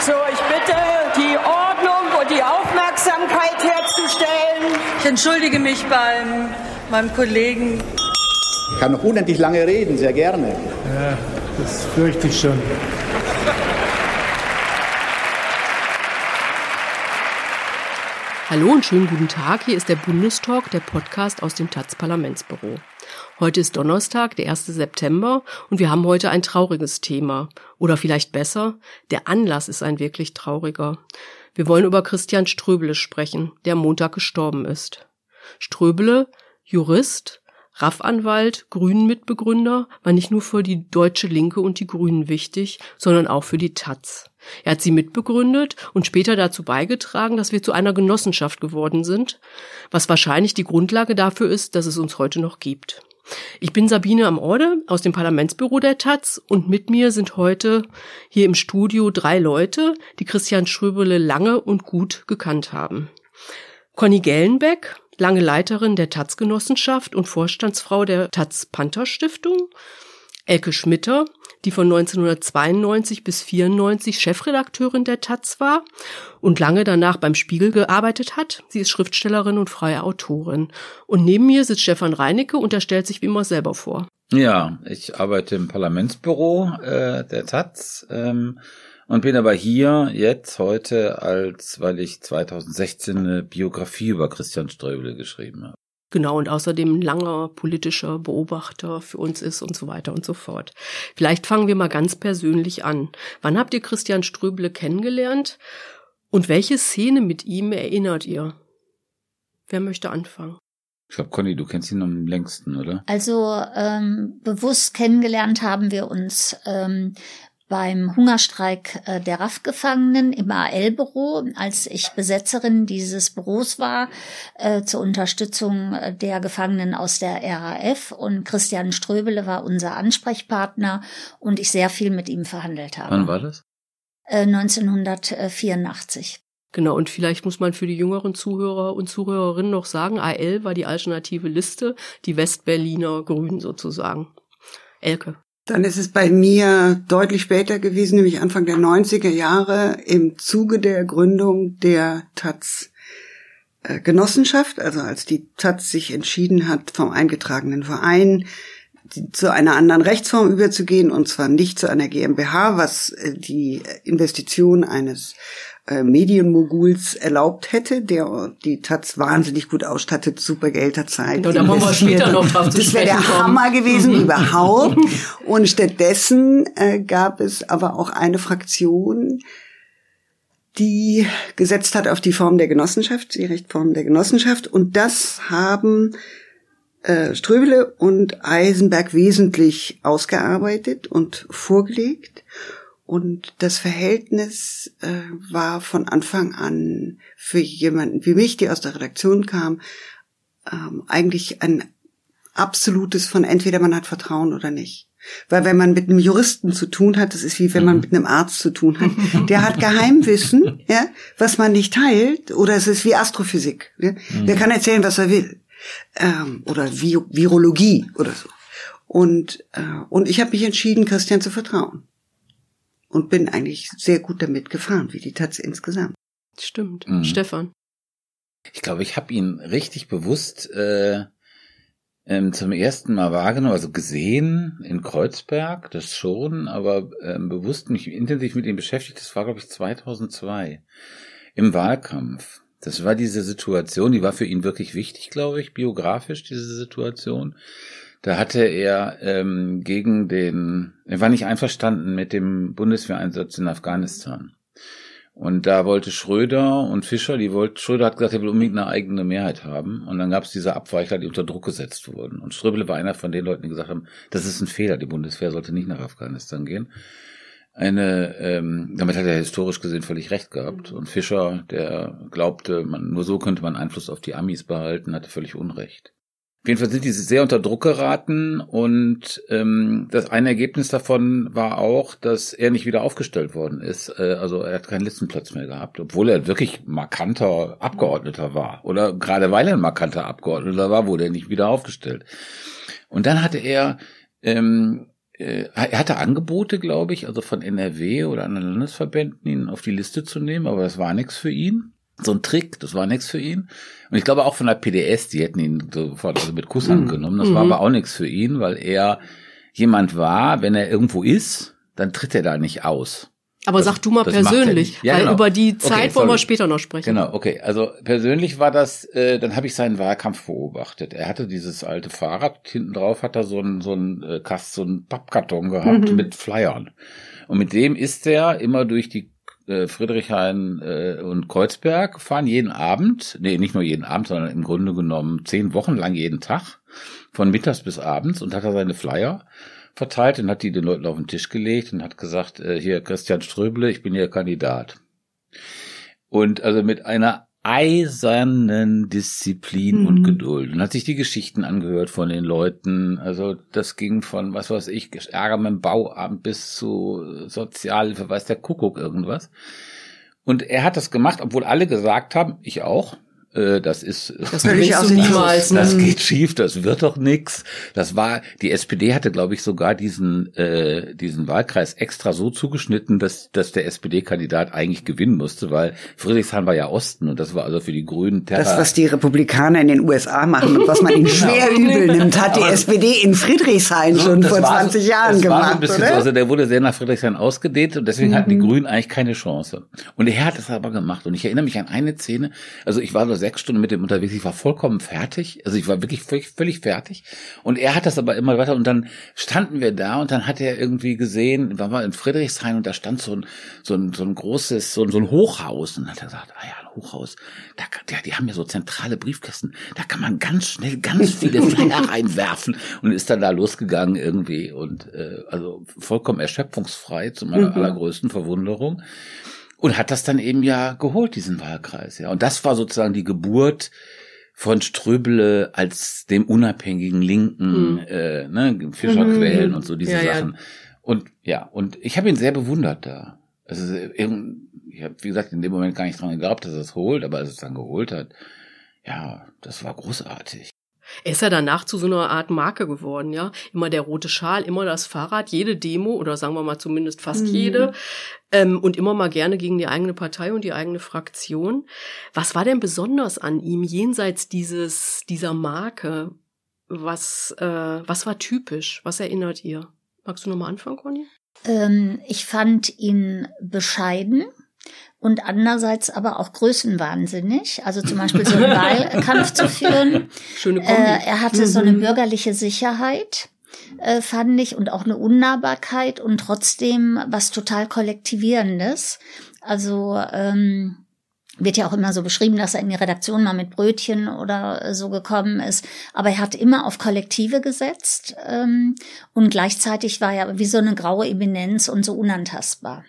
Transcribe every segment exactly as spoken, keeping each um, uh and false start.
So, ich bitte, die Ordnung und die Aufmerksamkeit herzustellen. Ich entschuldige mich beim meinem Kollegen. Ich kann noch unendlich lange reden, sehr gerne. Ja, das fürchte ich schon. Hallo und schönen guten Tag, hier ist der Bundestalk, der Podcast aus dem Taz-Parlamentsbüro. Heute ist Donnerstag, der erste September, und wir haben heute ein trauriges Thema. Oder vielleicht besser, der Anlass ist ein wirklich trauriger. Wir wollen über Christian Ströbele sprechen, der am Montag gestorben ist. Ströbele, Jurist, R A F-Anwalt, Grünen-Mitbegründer, war nicht nur für die Deutsche Linke und die Grünen wichtig, sondern auch für die Taz. Er hat sie mitbegründet und später dazu beigetragen, dass wir zu einer Genossenschaft geworden sind, was wahrscheinlich die Grundlage dafür ist, dass es uns heute noch gibt. Ich bin Sabine am Orde aus dem Parlamentsbüro der Taz und mit mir sind heute hier im Studio drei Leute, die Christian Ströbele lange und gut gekannt haben. Conny Gellenbeck, lange Leiterin der Taz-Genossenschaft und Vorstandsfrau der Taz-Panther-Stiftung. Elke Schmitter, die von neunzehnhundertzweiundneunzig bis vierundneunzig Chefredakteurin der Taz war und lange danach beim Spiegel gearbeitet hat. Sie ist Schriftstellerin und freie Autorin. Und neben mir sitzt Stefan Reinecke und er stellt sich wie immer selber vor. Ja, ich arbeite im Parlamentsbüro äh, der Taz ähm, und bin aber hier jetzt heute, als weil ich zweitausendsechzehn eine Biografie über Christian Ströbele geschrieben habe. Genau, und außerdem ein langer politischer Beobachter für uns ist und so weiter und so fort. Vielleicht fangen wir mal ganz persönlich an. Wann habt ihr Christian Ströbele kennengelernt und welche Szene mit ihm erinnert ihr? Wer möchte anfangen? Ich glaube, Conny, du kennst ihn am längsten, oder? Also ähm, bewusst kennengelernt haben wir uns ähm, beim Hungerstreik äh, der R A F-Gefangenen im A L-Büro, als ich Besetzerin dieses Büros war, äh, zur Unterstützung der Gefangenen aus der R A F. Und Christian Ströbele war unser Ansprechpartner und ich sehr viel mit ihm verhandelt habe. Wann war das? Äh, neunzehnhundertvierundachtzig. Genau, und vielleicht muss man für die jüngeren Zuhörer und Zuhörerinnen noch sagen, A L war die alternative Liste, die Westberliner Grünen sozusagen. Elke. Dann ist es bei mir deutlich später gewesen, nämlich Anfang der neunziger Jahre im Zuge der Gründung der Taz-Genossenschaft, also als die Taz sich entschieden hat, vom eingetragenen Verein zu einer anderen Rechtsform überzugehen, und zwar nicht zu einer GmbH, was die Investition eines Medienmoguls erlaubt hätte, der die Taz wahnsinnig gut ausstattet, super Geld hat Zeit. Da kommen wir später noch drauf zu sprechen. Das wäre der Hammer gewesen überhaupt. Und stattdessen äh, gab es aber auch eine Fraktion, die gesetzt hat auf die Form der Genossenschaft, die Rechtsform der Genossenschaft. Und das haben äh, Ströbele und Eisenberg wesentlich ausgearbeitet und vorgelegt. Und das Verhältnis äh, war von Anfang an für jemanden wie mich, die aus der Redaktion kam, ähm, eigentlich ein absolutes von entweder man hat Vertrauen oder nicht. Weil wenn man mit einem Juristen zu tun hat, das ist wie wenn man mit einem Arzt zu tun hat, der hat Geheimwissen, ja, was man nicht teilt, oder es ist wie Astrophysik. Ja? Der kann erzählen, was er will. Ähm, oder Vi- Virologie oder so. Und, äh, und ich habe mich entschieden, Christian zu vertrauen. Und bin eigentlich sehr gut damit gefahren, wie die Taz insgesamt. Stimmt. Mhm. Stefan. Ich glaube, ich habe ihn richtig bewusst äh, ähm, zum ersten Mal wahrgenommen, also gesehen in Kreuzberg, das schon, aber ähm, bewusst mich intensiv mit ihm beschäftigt. Das war, glaube ich, zweitausendzwei im Wahlkampf. Das war diese Situation, die war für ihn wirklich wichtig, glaube ich, biografisch, diese Situation. Da hatte er ähm, gegen den, er war nicht einverstanden mit dem Bundeswehreinsatz in Afghanistan. Und da wollte Schröder und Fischer, die wollten, Schröder hat gesagt, er will unbedingt eine eigene Mehrheit haben. Und dann gab es diese Abweichler, die unter Druck gesetzt wurden. Und Ströbele war einer von den Leuten, die gesagt haben, das ist ein Fehler, die Bundeswehr sollte nicht nach Afghanistan gehen. Eine, ähm, damit hat er historisch gesehen völlig recht gehabt. Und Fischer, der glaubte, man, nur so könnte man Einfluss auf die Amis behalten, hatte völlig Unrecht. Auf jeden Fall sind die sehr unter Druck geraten und ähm, das eine Ergebnis davon war auch, dass er nicht wieder aufgestellt worden ist. Äh, also er hat keinen Listenplatz mehr gehabt, obwohl er wirklich markanter Abgeordneter war. Oder gerade weil er ein markanter Abgeordneter war, wurde er nicht wieder aufgestellt. Und dann hatte er ähm, äh, er hatte Angebote, glaube ich, also von N R W oder anderen Landesverbänden, ihn auf die Liste zu nehmen, aber das war nichts für ihn. So ein Trick, das war nichts für ihn. Und ich glaube auch von der P D S, die hätten ihn sofort also mit Kuss angenommen. Das war aber auch nichts für ihn, weil er jemand war, wenn er irgendwo ist, dann tritt er da nicht aus. Aber das, sag du mal persönlich, ja, weil genau. über die Zeit okay, wollen wir später noch sprechen. Genau, okay. Also persönlich war das, äh, dann habe ich seinen Wahlkampf beobachtet. Er hatte dieses alte Fahrrad, hinten drauf hat er so einen so einen äh, Kast, so einen Pappkarton gehabt mhm. mit Flyern. Und mit dem ist er immer durch die Friedrichshain äh, und Kreuzberg gefahren, jeden Abend, nee, nicht nur jeden Abend, sondern im Grunde genommen zehn Wochen lang jeden Tag, von mittags bis abends, und hat er seine Flyer verteilt und hat die den Leuten auf den Tisch gelegt und hat gesagt, äh, hier Christian Ströbele, ich bin Ihr Kandidat. Und also mit einer eisernen Disziplin mhm. und Geduld. Und hat sich die Geschichten angehört von den Leuten. Also das ging von, was weiß ich, Ärger mit dem Bauamt bis zu Sozialhilfe, weiß der Kuckuck irgendwas. Und er hat das gemacht, obwohl alle gesagt haben, ich auch, äh, das ist, das willst du niemals. Das geht schief, das wird doch nix. Das war, die S P D hatte, glaube ich, sogar diesen, äh, diesen Wahlkreis extra so zugeschnitten, dass, dass der S P D-Kandidat eigentlich gewinnen musste, weil Friedrichshain war ja Osten und das war also für die Grünen Terror. Das, was die Republikaner in den U S A machen und was man ihnen schwer übel nimmt, hat die S P D in Friedrichshain so, schon vor zwanzig so, Jahren das gemacht, war so ein bisschen oder? So, also der wurde sehr nach Friedrichshain ausgedehnt und deswegen mhm. hatten die Grünen eigentlich keine Chance. Und er hat es aber gemacht und ich erinnere mich an eine Szene, also ich war so sechs Stunden mit dem unterwegs, ich war vollkommen fertig, also ich war wirklich völlig, völlig fertig und er hat das aber immer weiter und dann standen wir da und dann hat er irgendwie gesehen, waren wir in Friedrichshain und da stand so ein, so ein, so ein großes, so ein, so ein Hochhaus und dann hat er gesagt, ah ja, ein Hochhaus, da, ja, die haben ja so zentrale Briefkästen, da kann man ganz schnell ganz viele Flyer reinwerfen und ist dann da losgegangen irgendwie und äh, also vollkommen erschöpfungsfrei zu meiner mhm. allergrößten Verwunderung. Und hat das dann eben ja geholt, diesen Wahlkreis, ja. Und das war sozusagen die Geburt von Ströbele als dem unabhängigen Linken, mhm. äh, ne, Fischerquellen mhm. und so diese ja, Sachen. Ja. Und ja, und ich habe ihn sehr bewundert da. Also ich habe, wie gesagt, in dem Moment gar nicht dran geglaubt, dass er es holt, aber als er es dann geholt hat, ja, das war großartig. Er ist ja danach zu so einer Art Marke geworden, ja. Immer der rote Schal, immer das Fahrrad, jede Demo oder sagen wir mal zumindest fast mhm. jede ähm, und immer mal gerne gegen die eigene Partei und die eigene Fraktion. Was war denn besonders an ihm jenseits dieses dieser Marke? Was äh, was war typisch? Was erinnert ihr? Magst du nochmal anfangen, Conny? Ähm, ich fand ihn bescheiden. Und andererseits aber auch größenwahnsinnig, also zum Beispiel so einen Wahlkampf zu führen. Schöne Kombi. Äh, er hatte mhm. so eine bürgerliche Sicherheit, äh, fand ich, und auch eine Unnahbarkeit und trotzdem was total Kollektivierendes. Also ähm, wird ja auch immer so beschrieben, dass er in die Redaktion mal mit Brötchen oder so gekommen ist. Aber er hat immer auf Kollektive gesetzt ähm, und gleichzeitig war er wie so eine graue Eminenz und so unantastbar.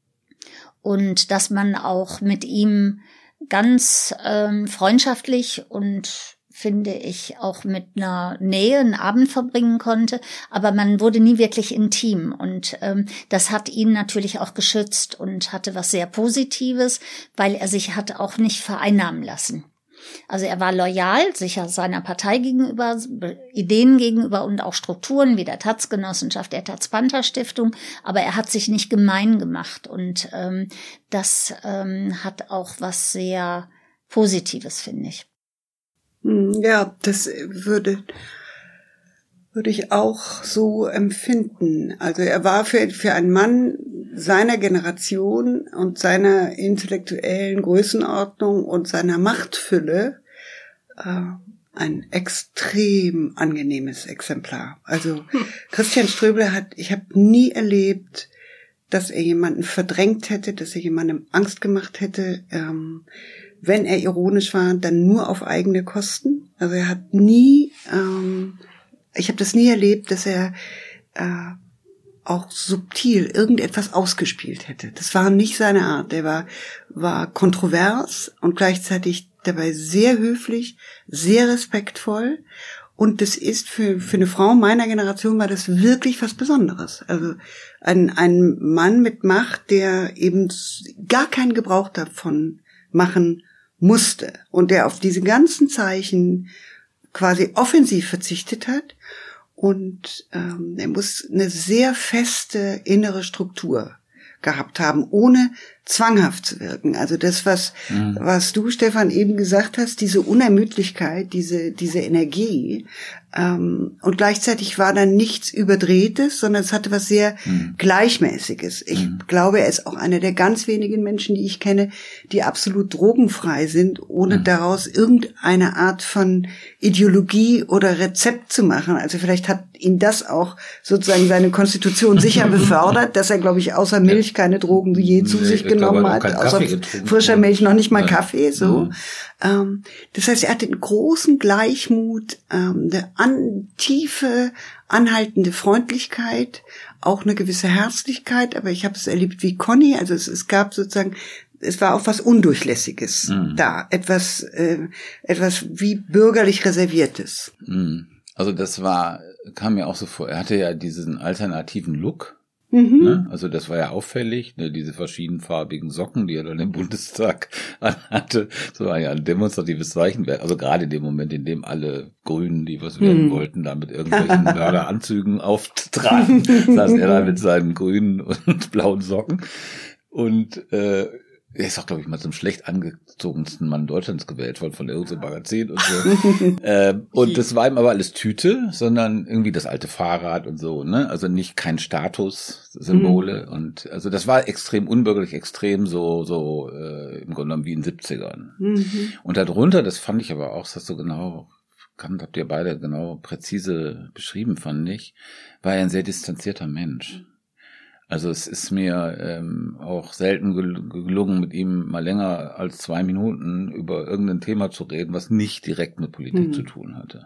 Und dass man auch mit ihm ganz ähm, freundschaftlich und, finde ich, auch mit einer Nähe einen Abend verbringen konnte. Aber man wurde nie wirklich intim. Und ähm, das hat ihn natürlich auch geschützt und hatte was sehr Positives, weil er sich hat auch nicht vereinnahmen lassen. Also er war loyal, sicher seiner Partei gegenüber, Ideen gegenüber und auch Strukturen wie der Taz-Genossenschaft, der Taz-Panther-Stiftung, aber er hat sich nicht gemein gemacht und ähm, das ähm, hat auch was sehr Positives, finde ich. Ja, das würde würde ich auch so empfinden. Also er war für für einen Mann seiner Generation und seiner intellektuellen Größenordnung und seiner Machtfülle äh, ein extrem angenehmes Exemplar. Also Christian Ströbele hat, ich habe nie erlebt, dass er jemanden verdrängt hätte, dass er jemandem Angst gemacht hätte. Ähm, wenn er ironisch war, dann nur auf eigene Kosten. Also er hat nie, ähm, ich habe das nie erlebt, dass er äh, auch subtil irgendetwas ausgespielt hätte. Das war nicht seine Art. Der war war kontrovers und gleichzeitig dabei sehr höflich, sehr respektvoll. Und das ist für für eine Frau meiner Generation war das wirklich was Besonderes. Also ein ein Mann mit Macht, der eben gar keinen Gebrauch davon machen musste und der auf diese ganzen Zeichen quasi offensiv verzichtet hat und ähm, er muss eine sehr feste innere Struktur gehabt haben, ohne zwanghaft zu wirken. Also das, was mhm. was du, Stefan, eben gesagt hast, diese Unermüdlichkeit, diese diese Energie, ähm, und gleichzeitig war dann nichts Überdrehtes, sondern es hatte was sehr mhm. Gleichmäßiges. Ich mhm. glaube, er ist auch einer der ganz wenigen Menschen, die ich kenne, die absolut drogenfrei sind, ohne mhm. daraus irgendeine Art von Ideologie oder Rezept zu machen. Also vielleicht hat ihn das auch sozusagen seine Konstitution sicher befördert, dass er, glaube ich, außer Milch keine Drogen je zu sich genommen hat, außer frischer Milch noch nicht mal Kaffee, so. Mhm. Ähm, das heißt, er hatte einen großen Gleichmut, ähm, eine an, tiefe, anhaltende Freundlichkeit, auch eine gewisse Herzlichkeit, aber ich habe es erlebt wie Conny, also es, es gab sozusagen, es war auch was Undurchlässiges mhm. da, etwas, äh, etwas wie bürgerlich Reserviertes. Mhm. Also das war, kam mir auch so vor, er hatte ja diesen alternativen Look. Mhm. Ne? Also das war ja auffällig, ne? Diese verschiedenfarbigen Socken, die er dann im Bundestag anhatte. Das war ja ein demonstratives Zeichen. Also gerade in dem Moment, in dem alle Grünen, die was werden mhm. wollten, da mit irgendwelchen Mörderanzügen auftraten, saß er da mit seinen grünen und blauen Socken. Und äh, er ist auch, glaube ich, mal zum schlecht angezogensten Mann Deutschlands gewählt worden von irgendeinem Magazin und so. äh, und das war ihm aber alles Tüte, sondern irgendwie das alte Fahrrad und so, ne? Also nicht kein Statussymbole. Mhm. Und also das war extrem unbürgerlich, extrem so, so äh, im Grunde genommen wie in den siebzigern. Mhm. Und darunter, das fand ich aber auch, das hast du genau, kann, habt ihr beide genau präzise beschrieben, fand ich, war er ein sehr distanzierter Mensch. Also es ist mir ähm, auch selten gel- gelungen, mit ihm mal länger als zwei Minuten über irgendein Thema zu reden, was nicht direkt mit Politik mhm. zu tun hatte.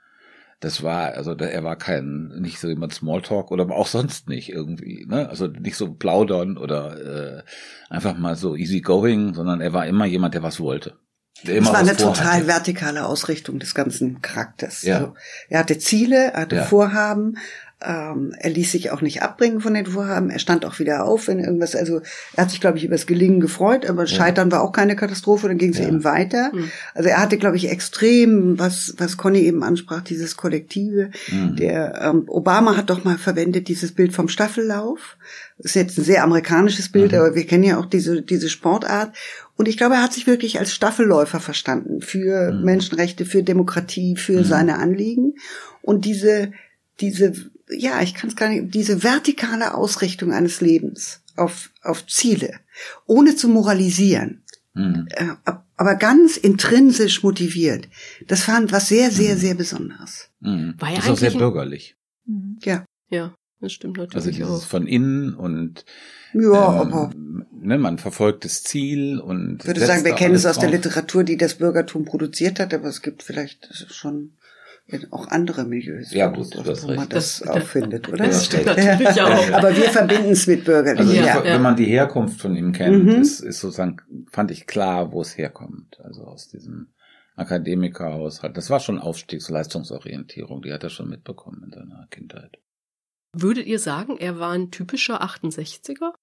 Das war, also er war kein, nicht so jemand Smalltalk oder auch sonst nicht irgendwie, ne? Also nicht so plaudern oder äh, einfach mal so easygoing, sondern er war immer jemand, der was wollte. Der immer das war was eine vorhatte. Total vertikale Ausrichtung des ganzen Charakters. Ja. Also, er hatte Ziele, er hatte ja. Vorhaben, ähm, er ließ sich auch nicht abbringen von den Vorhaben, er stand auch wieder auf, wenn irgendwas, also er hat sich, glaube ich, über das Gelingen gefreut, aber Scheitern ja. war auch keine Katastrophe, dann ging es ja. eben weiter. Mhm. Also er hatte, glaube ich, extrem, was was Conny eben ansprach, dieses Kollektive. Mhm. Der ähm, Obama hat doch mal verwendet dieses Bild vom Staffellauf. Das ist jetzt ein sehr amerikanisches Bild, mhm. aber wir kennen ja auch diese diese Sportart. Und ich glaube, er hat sich wirklich als Staffelläufer verstanden für mhm. Menschenrechte, für Demokratie, für mhm. seine Anliegen. Und diese diese ja, ich kann es gar nicht, diese vertikale Ausrichtung eines Lebens auf auf Ziele, ohne zu moralisieren, mhm. äh, aber ganz intrinsisch motiviert. Das fand was sehr, sehr, mhm. sehr Besonderes. Mhm. War ja das ist auch sehr bürgerlich. Mhm. Ja. Ja, das stimmt natürlich also dieses auch. Von innen und ja, ähm, aber ne, man verfolgt das Ziel und ich würde sagen, wir kennen es aus der Literatur, die das Bürgertum produziert hat, aber es gibt vielleicht schon auch andere Milieus, ja, gut, wo das man recht. das, das auffindet, oder? Das stimmt natürlich auch. Aber wir verbinden es mit bürgerlich. Also ja. ich, wenn man die Herkunft von ihm kennt, mhm. ist, ist sozusagen, fand ich klar, wo es herkommt. Also aus diesem Akademikerhaushalt. Das war schon Aufstiegsleistungsorientierung, die hat er schon mitbekommen in seiner Kindheit. Würdet ihr sagen, er war ein typischer achtundsechziger?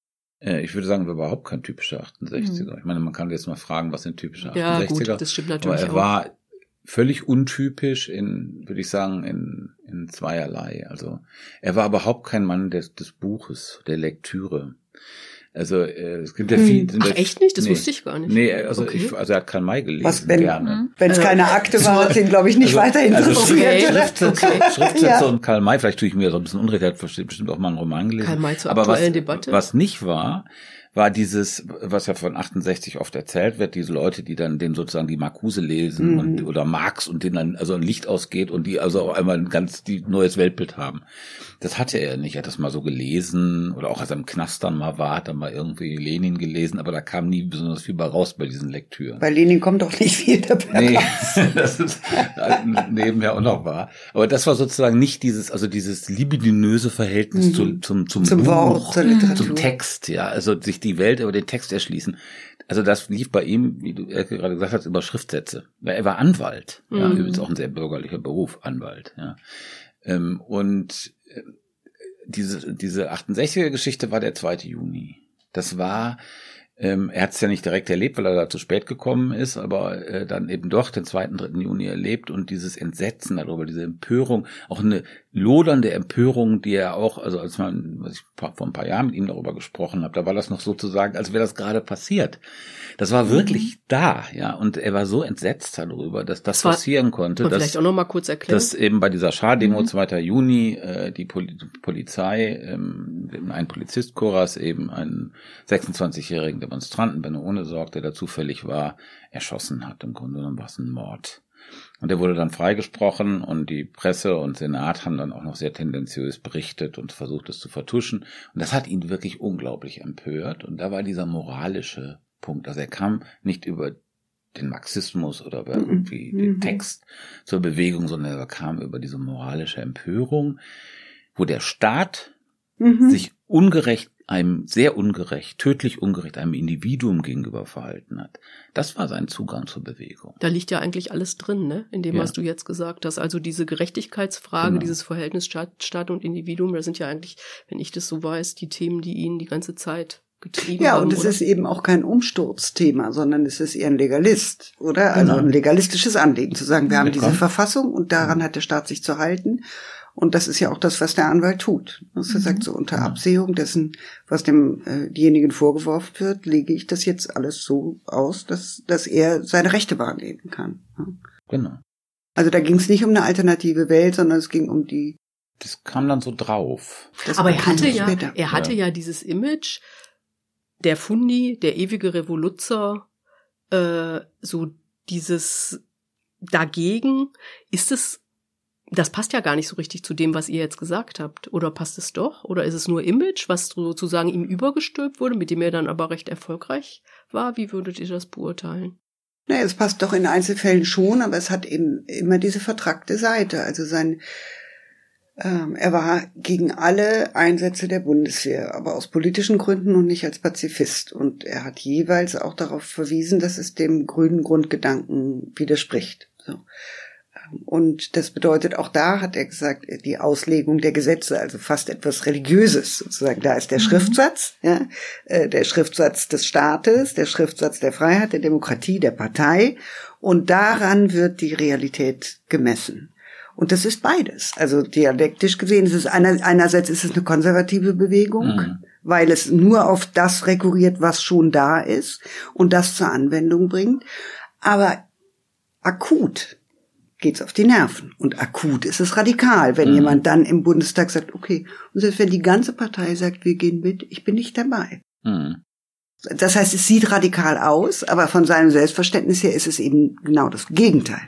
Ich würde sagen, er war überhaupt kein typischer achtundsechziger. Mhm. Ich meine, man kann jetzt mal fragen, was sind typische ja, achtundsechziger? Gut, das stimmt natürlich aber er auch. war völlig untypisch in, würde ich sagen, in, in zweierlei. Also er war überhaupt kein Mann des, des Buches, der Lektüre. Also äh, es gibt ja viel. Hm. Ach echt nicht? Das nee. wusste ich gar nicht. Nee, also okay. ich, also er hat Karl May gelesen. Was, wenn, gerne. Wenn es äh, keine Akte war, hat ihn, glaube ich, nicht also, weiter interessiert. Also okay. Schriftsetzer, okay. Schriftsetzer ja. und Karl May, vielleicht tue ich mir so ein bisschen Unrecht, er hat bestimmt auch mal einen Roman gelesen. Karl May zur Aber aktuellen was, Debatte. Was nicht war, war dieses, was ja von achtundsechzig oft erzählt wird, diese Leute, die dann den sozusagen die Marcuse lesen mhm. und, oder Marx und denen dann also ein Licht ausgeht und die also auf einmal ein ganz die neues Weltbild haben. Das hatte er nicht. Er hat das mal so gelesen oder auch als er im Knast dann mal war, hat er mal irgendwie Lenin gelesen, aber da kam nie besonders viel bei raus bei diesen Lektüren. Bei Lenin kommt doch nicht viel dabei nee, raus. Das ist nebenher auch noch wahr. Aber das war sozusagen nicht dieses, also dieses libidinöse Verhältnis mhm. zu, zum, zum, zum Buch, Wort, zur Literatur. Zum Text, ja. Also sich die Welt über den Text erschließen. Also das lief bei ihm, wie du gerade gesagt hast, über Schriftsätze. Er war Anwalt. Mhm. Ja, übrigens auch ein sehr bürgerlicher Beruf, Anwalt, ja. Und diese, diese achtundsechziger Geschichte war der zweite Juni. Das war Ähm, er hat es ja nicht direkt erlebt, weil er da zu spät gekommen ist, aber äh, dann eben doch den zweiten, dritten Juni erlebt und dieses Entsetzen darüber, diese Empörung, auch eine lodernde Empörung, die er auch, also als man, was ich vor ein paar Jahren mit ihm darüber gesprochen habe, da war das noch sozusagen, als wäre das gerade passiert. Das war wirklich mhm. da, ja, und er war so entsetzt darüber, dass das, das war, passieren konnte. Dass, vielleicht auch noch mal kurz erklären. Dass eben bei dieser Schar-Demo mhm. zweiten Juni äh, die Pol- Polizei, ähm, ein Polizist Koras eben einen sechsundzwanzigjährigen Demonstranten, Benno Ohnesorg, der da zufällig war, erschossen hat. Im Grunde genommen war es ein Mord. Und er wurde dann freigesprochen und die Presse und Senat haben dann auch noch sehr tendenziös berichtet und versucht, es zu vertuschen. Und das hat ihn wirklich unglaublich empört. Und da war dieser moralische Punkt. Also er kam nicht über den Marxismus oder über irgendwie mhm. den Text zur Bewegung, sondern er kam über diese moralische Empörung, wo der Staat mhm. sich ungerecht, einem sehr ungerecht, tödlich ungerecht, einem Individuum gegenüber verhalten hat. Das war sein Zugang zur Bewegung. Da liegt ja eigentlich alles drin, ne? In dem, ja. was du jetzt gesagt hast. Also diese Gerechtigkeitsfrage, genau. dieses Verhältnis Staat, Staat und Individuum, das sind ja eigentlich, wenn ich das so weiß, die Themen, die ihn die ganze Zeit getrieben ja, haben. Ja, und es oder? ist eben auch kein Umsturzthema, sondern es ist eher ein Legalist, oder? Also genau. ein legalistisches Anliegen, zu sagen, wir haben ja, diese Verfassung und daran hat der Staat sich zu halten. Und das ist ja auch das, was der Anwalt tut. Das mhm. sagt so, unter Absehung dessen, was dem äh, diejenigen vorgeworfen wird, lege ich das jetzt alles so aus, dass, dass er seine Rechte wahrnehmen kann. Ja. Genau. Also da ging es nicht um eine alternative Welt, sondern es ging um die... Das kam dann so drauf. Das Aber er hatte ja, er hatte ja. ja dieses Image, der Fundi, der ewige Revoluzer, äh, so dieses dagegen, ist es, das passt ja gar nicht so richtig zu dem, was ihr jetzt gesagt habt. Oder passt es doch? Oder ist es nur Image, was sozusagen ihm übergestülpt wurde, mit dem er dann aber recht erfolgreich war? Wie würdet ihr das beurteilen? Naja, es passt doch in Einzelfällen schon, aber es hat eben immer diese vertrackte Seite. Also sein, ähm, er war gegen alle Einsätze der Bundeswehr, aber aus politischen Gründen und nicht als Pazifist. Und er hat jeweils auch darauf verwiesen, dass es dem grünen Grundgedanken widerspricht. So. Und das bedeutet, auch da hat er gesagt, die Auslegung der Gesetze, also fast etwas Religiöses sozusagen. Da ist der mhm. Schriftsatz, ja, der Schriftsatz des Staates, der Schriftsatz der Freiheit, der Demokratie, der Partei. Und daran wird die Realität gemessen. Und das ist beides. Also dialektisch gesehen ist es einer, einerseits ist es eine konservative Bewegung, mhm. weil es nur auf das rekurriert, was schon da ist und das zur Anwendung bringt. Aber akut geht's auf die Nerven. Und akut ist es radikal, wenn mhm. jemand dann im Bundestag sagt, okay, und selbst wenn die ganze Partei sagt, wir gehen mit, ich bin nicht dabei. Mhm. Das heißt, es sieht radikal aus, aber von seinem Selbstverständnis her ist es eben genau das Gegenteil.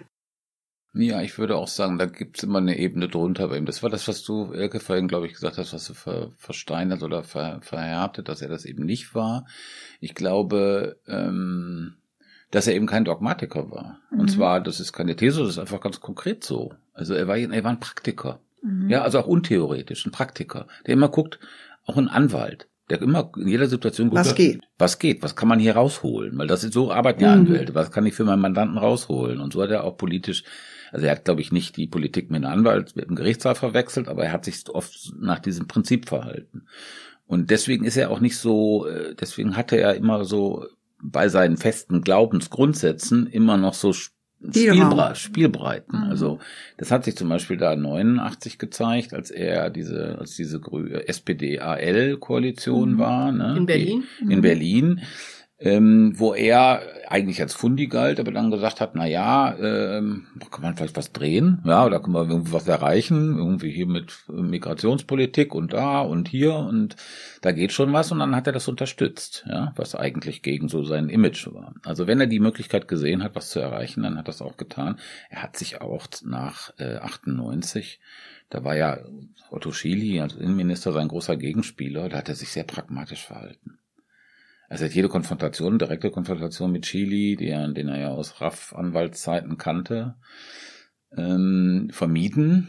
Ja, ich würde auch sagen, da gibt's immer eine Ebene drunter bei ihm. Das war das, was du, Elke, vorhin, glaube ich, gesagt hast, was du ver, versteinert oder ver, verhärtet, dass er das eben nicht war. Ich glaube, ähm, dass er eben kein Dogmatiker war. Mhm. Und zwar, das ist keine These, das ist einfach ganz konkret so. Also er war, er war ein Praktiker. Mhm. Ja, also auch untheoretisch, ein Praktiker, der immer guckt, auch ein Anwalt, der immer in jeder Situation guckt, was geht, was geht, was kann man hier rausholen, weil das ist, so arbeiten ja mhm. Anwälte, was kann ich für meinen Mandanten rausholen? Und so hat er auch politisch, also er hat, glaube ich, nicht die Politik mit einem Anwalt, mit dem Gerichtssaal verwechselt, aber er hat sich oft nach diesem Prinzip verhalten. Und deswegen ist er auch nicht so, deswegen hatte er immer so bei seinen festen Glaubensgrundsätzen immer noch so Spielbre- Spielbreiten. Mhm. Also das hat sich zum Beispiel da neunundachtzig gezeigt, als er diese, als diese S P D-A L-Koalition mhm. war, ne? In Berlin. Die, in mhm. Berlin. Ähm, wo er eigentlich als Fundi galt, aber dann gesagt hat, na ja, ähm, kann man vielleicht was drehen, ja, oder können wir irgendwie was erreichen, irgendwie hier mit Migrationspolitik und da und hier und da geht schon was und dann hat er das unterstützt, ja, was eigentlich gegen so sein Image war. Also wenn er die Möglichkeit gesehen hat, was zu erreichen, dann hat er das auch getan. Er hat sich auch nach äh, achtundneunzig, da war ja Otto Schily als Innenminister sein großer Gegenspieler, da hat er sich sehr pragmatisch verhalten. Also er hat jede Konfrontation, direkte Konfrontation mit Schily, den, den er ja aus R A F-Anwaltszeiten kannte, ähm, vermieden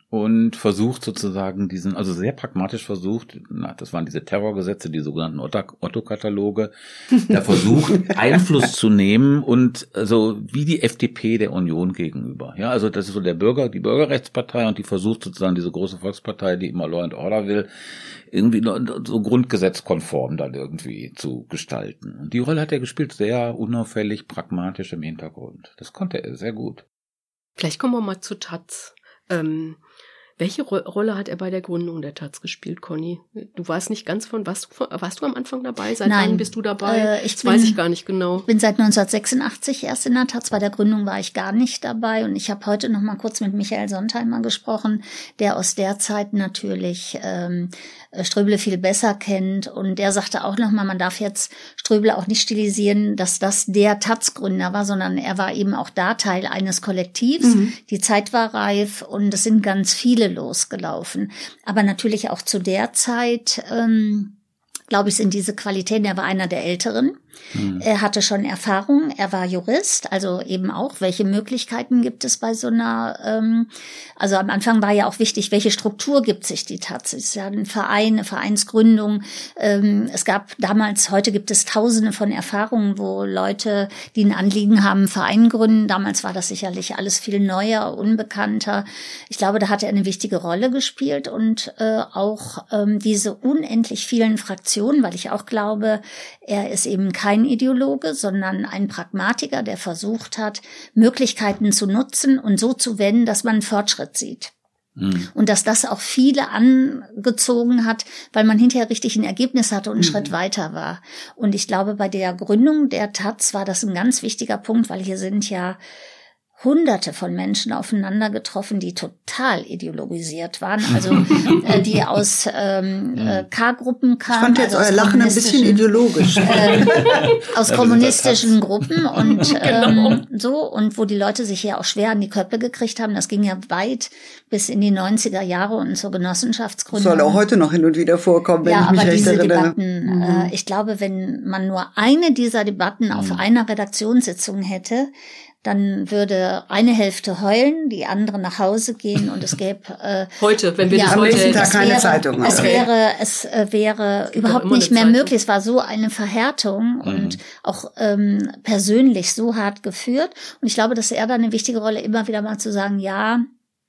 und versucht sozusagen diesen, also sehr pragmatisch versucht, na, das waren diese Terrorgesetze, die sogenannten Otto-Kataloge, der versucht Einfluss zu nehmen und also wie die F D P der Union gegenüber. Ja, also das ist so der Bürger, die Bürgerrechtspartei und die versucht sozusagen diese große Volkspartei, die immer Law and Order will, irgendwie so grundgesetzkonform dann irgendwie zu gestalten. Und die Rolle hat er gespielt, sehr unauffällig, pragmatisch im Hintergrund. Das konnte er sehr gut. Vielleicht kommen wir mal zu Taz. Ähm, welche Ro- Rolle hat er bei der Gründung der Taz gespielt, Conny? Du warst nicht ganz von, warst du, von, warst du am Anfang dabei? Seit Nein, wann bist du dabei? Äh, ich das bin, weiß ich gar nicht genau. Ich bin seit neunzehnhundertsechsundachtzig erst in der Taz. Bei der Gründung war ich gar nicht dabei. Und ich habe heute noch mal kurz mit Michael Sontheimer gesprochen, der aus der Zeit natürlich ähm, Ströbele viel besser kennt. Und der sagte auch noch mal, man darf jetzt Ströbele auch nicht stilisieren, dass das der Taz-Gründer war, sondern er war eben auch da Teil eines Kollektivs. Mhm. Die Zeit war reif und es sind ganz viele losgelaufen. Aber natürlich auch zu der Zeit, ähm, glaube ich, sind diese Qualitäten, er war einer der Älteren. Mhm. Er hatte schon Erfahrung, er war Jurist, also eben auch, welche Möglichkeiten gibt es bei so einer, ähm, also am Anfang war ja auch wichtig, welche Struktur gibt sich die Taz? Es ist ja ein Verein, eine Vereinsgründung. Ähm, es gab damals, heute gibt es tausende von Erfahrungen, wo Leute, die ein Anliegen haben, einen Verein gründen. Damals war das sicherlich alles viel neuer, unbekannter. Ich glaube, da hat er eine wichtige Rolle gespielt und äh, auch ähm, diese unendlich vielen Fraktionen, weil ich auch glaube, er ist eben kein Ideologe, sondern ein Pragmatiker, der versucht hat, Möglichkeiten zu nutzen und so zu wenden, dass man einen Fortschritt sieht. Mhm. Und dass das auch viele angezogen hat, weil man hinterher richtig ein Ergebnis hatte und einen mhm. Schritt weiter war. Und ich glaube, bei der Gründung der Taz war das ein ganz wichtiger Punkt, weil hier sind ja Hunderte von Menschen aufeinander getroffen, die total ideologisiert waren, also äh, die aus ähm, äh, K-Gruppen kamen. Ich fand jetzt also euer Lachen ein bisschen ideologisch. Äh, aus kommunistischen Gruppen und ähm, so, und wo die Leute sich hier auch schwer an die Köpfe gekriegt haben. Das ging ja weit bis in die neunziger Jahre und zur Genossenschaftsgründung. Soll auch heute noch hin und wieder vorkommen, wenn ja, ich mich aber recht diese erinnere. Debatten, mhm. äh, ich glaube, wenn man nur eine dieser Debatten mhm. auf einer Redaktionssitzung hätte, dann würde eine Hälfte heulen, die andere nach Hause gehen und es gäbe äh, heute, wenn wir ja, das am heute nächsten Tag es keine wäre, Zeitung. Es okay. wäre, es äh, wäre überhaupt nicht mehr Zeitung. möglich. Es war so eine Verhärtung mhm. und auch ähm, persönlich so hart geführt. Und ich glaube, dass er da eine wichtige Rolle immer wieder mal zu sagen, ja,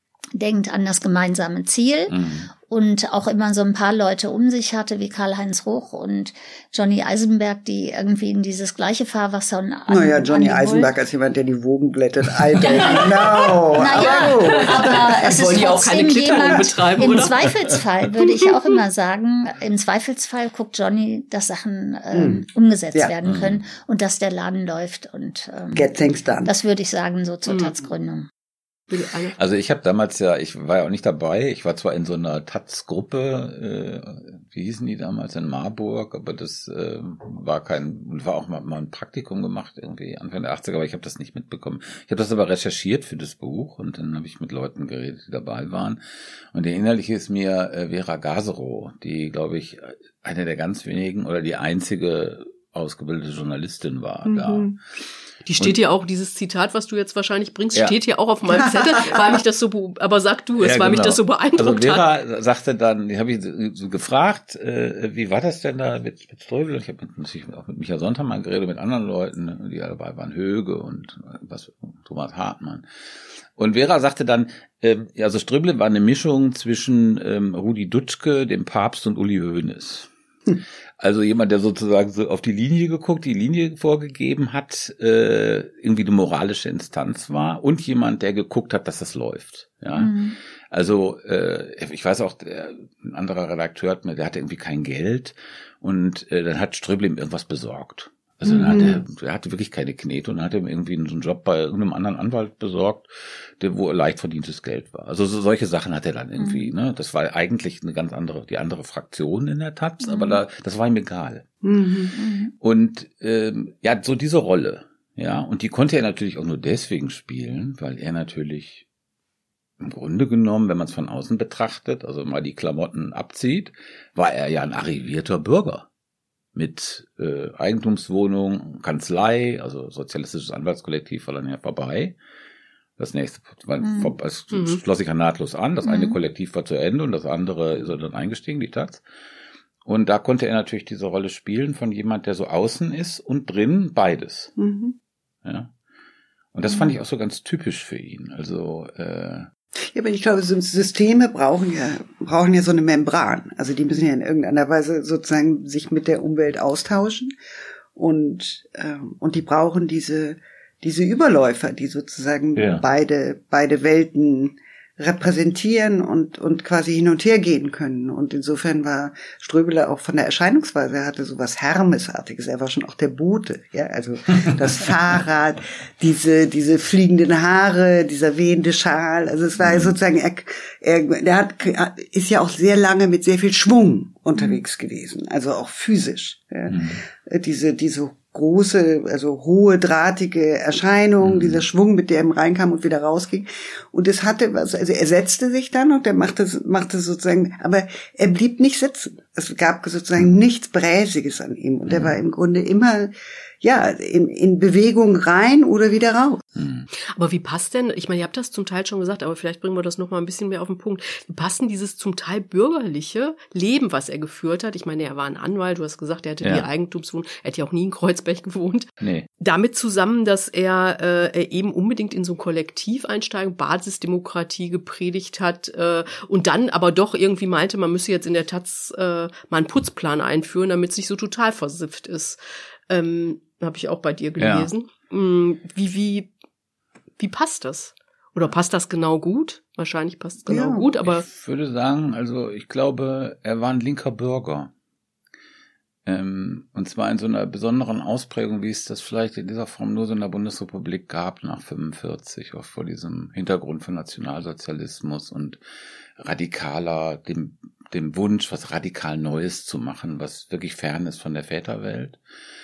denkt an das gemeinsame Ziel. Mhm. Und auch immer so ein paar Leute um sich hatte, wie Karl-Heinz Ruch und Johnny Eisenberg, die irgendwie in dieses gleiche Fahrwasser und an, Naja, Johnny an Eisenberg als jemand, der die Wogen glättet. I don't know. Naja, aber, aber es wollen ist die auch keine trotzdem Klitterung jemand, betreiben, im oder? Zweifelsfall würde ich auch immer sagen, im Zweifelsfall guckt Johnny, dass Sachen ähm, mm. umgesetzt ja. werden können und dass der Laden läuft. Und ähm, Get things done. Das würde ich sagen, so zur mm. Taz-Gründung. Also ich habe damals ja, ich war ja auch nicht dabei, ich war zwar in so einer Taz-Gruppe, äh, wie hießen die damals, in Marburg, aber das äh, war kein, war auch mal, mal ein Praktikum gemacht, irgendwie Anfang der achtziger, aber ich habe das nicht mitbekommen. Ich habe das aber recherchiert für das Buch und dann habe ich mit Leuten geredet, die dabei waren. Und der innerliche ist mir äh, Vera Gaserow, die, glaube ich, eine der ganz wenigen oder die einzige ausgebildete Journalistin war mhm. da. Die steht hier auch, dieses Zitat, was du jetzt wahrscheinlich bringst, ja. steht hier auch auf meinem Zettel, weil mich das so, be- aber sag du es, ja, weil genau. mich das so beeindruckt also Vera hat. Vera sagte dann, die habe ich so gefragt, äh, wie war das denn da mit, mit Ströbele? Ich habe natürlich auch mit Michael Sontheimer geredet, mit anderen Leuten, die dabei waren, Höge und was, Thomas Hartmann. Und Vera sagte dann, ähm, also Ströbele war eine Mischung zwischen ähm, Rudi Dutschke, dem Papst und Uli Hoeneß. Hm. Also jemand, der sozusagen so auf die Linie geguckt, die Linie vorgegeben hat, äh, irgendwie eine moralische Instanz war und jemand, der geguckt hat, dass das läuft. Ja, mhm. Also äh, ich weiß auch, der, ein anderer Redakteur hat mir, der hatte irgendwie kein Geld und äh, dann hat Ströbele ihm irgendwas besorgt. Also mhm. dann hat er, er hatte wirklich keine Knete und dann hat er ihm irgendwie so einen Job bei irgendeinem anderen Anwalt besorgt, der, wo leicht verdientes Geld war. Also so, solche Sachen hat er dann irgendwie, mhm. ne? Das war eigentlich eine ganz andere, die andere Fraktion in der Taz, mhm. aber da, das war ihm egal. Mhm. Und ähm, ja, so diese Rolle, ja, und die konnte er natürlich auch nur deswegen spielen, weil er natürlich im Grunde genommen, wenn man es von außen betrachtet, also mal die Klamotten abzieht, war er ja ein arrivierter Bürger. Mit äh, Eigentumswohnung, Kanzlei, also sozialistisches Anwaltskollektiv war dann ja vorbei. das nächste, weil Mhm. es Mhm. schloss sich ja nahtlos an. Das eine Mhm. Kollektiv war zu Ende und das andere ist dann eingestiegen, die Taz. Und da konnte er natürlich diese Rolle spielen von jemand, der so außen ist und drin beides. Mhm. Ja. Und das fand ich auch so ganz typisch für ihn. Also äh, Ja, aber ich glaube, so Systeme brauchen ja, brauchen ja so eine Membran. Also die müssen ja in irgendeiner Weise sozusagen sich mit der Umwelt austauschen. Und, ähm, und die brauchen diese, diese Überläufer, die sozusagen Ja. beide, beide Welten repräsentieren und, und quasi hin und her gehen können. Und insofern war Ströbele auch von der Erscheinungsweise, er hatte so was Hermesartiges. Er war schon auch der Bote, ja, also das Fahrrad, diese, diese fliegenden Haare, dieser wehende Schal. Also es war sozusagen, er, er, der hat, ist ja auch sehr lange mit sehr viel Schwung unterwegs gewesen. Also auch physisch, ja. Mhm. Diese, diese große, also hohe, drahtige Erscheinung, Mhm. dieser Schwung, mit der er reinkam und wieder rausging. Und es hatte was, also er setzte sich dann und er machte, machte sozusagen, aber er blieb nicht sitzen. Es gab sozusagen nichts Bräsiges an ihm. Und er war im Grunde immer, ja, in, in Bewegung rein oder wieder raus. Aber wie passt denn, ich meine, ihr habt das zum Teil schon gesagt, aber vielleicht bringen wir das noch mal ein bisschen mehr auf den Punkt. Wie passt denn dieses zum Teil bürgerliche Leben, was er geführt hat? Ich meine, er war ein Anwalt, du hast gesagt, er hatte Ja. die Eigentumswohnung, er hat ja auch nie in Kreuzberg gewohnt. nee. Damit zusammen, dass er äh, eben unbedingt in so ein Kollektiv einsteigen, Basisdemokratie gepredigt hat äh, und dann aber doch irgendwie meinte, man müsse jetzt in der Taz äh, mal einen Putzplan einführen, damit es nicht so total versifft ist. Ähm, habe ich auch bei dir gelesen. Ja. Wie, wie, wie passt das? Oder passt das genau gut? Wahrscheinlich passt es genau Ja, gut, aber Ich würde sagen, also ich glaube, er war ein linker Bürger. Ähm, und zwar in so einer besonderen Ausprägung, wie es das vielleicht in dieser Form nur so in der Bundesrepublik gab nach fünfundvierzig, auch vor diesem Hintergrund von Nationalsozialismus und radikaler, dem, dem Wunsch, was radikal Neues zu machen, was wirklich fern ist von der Väterwelt.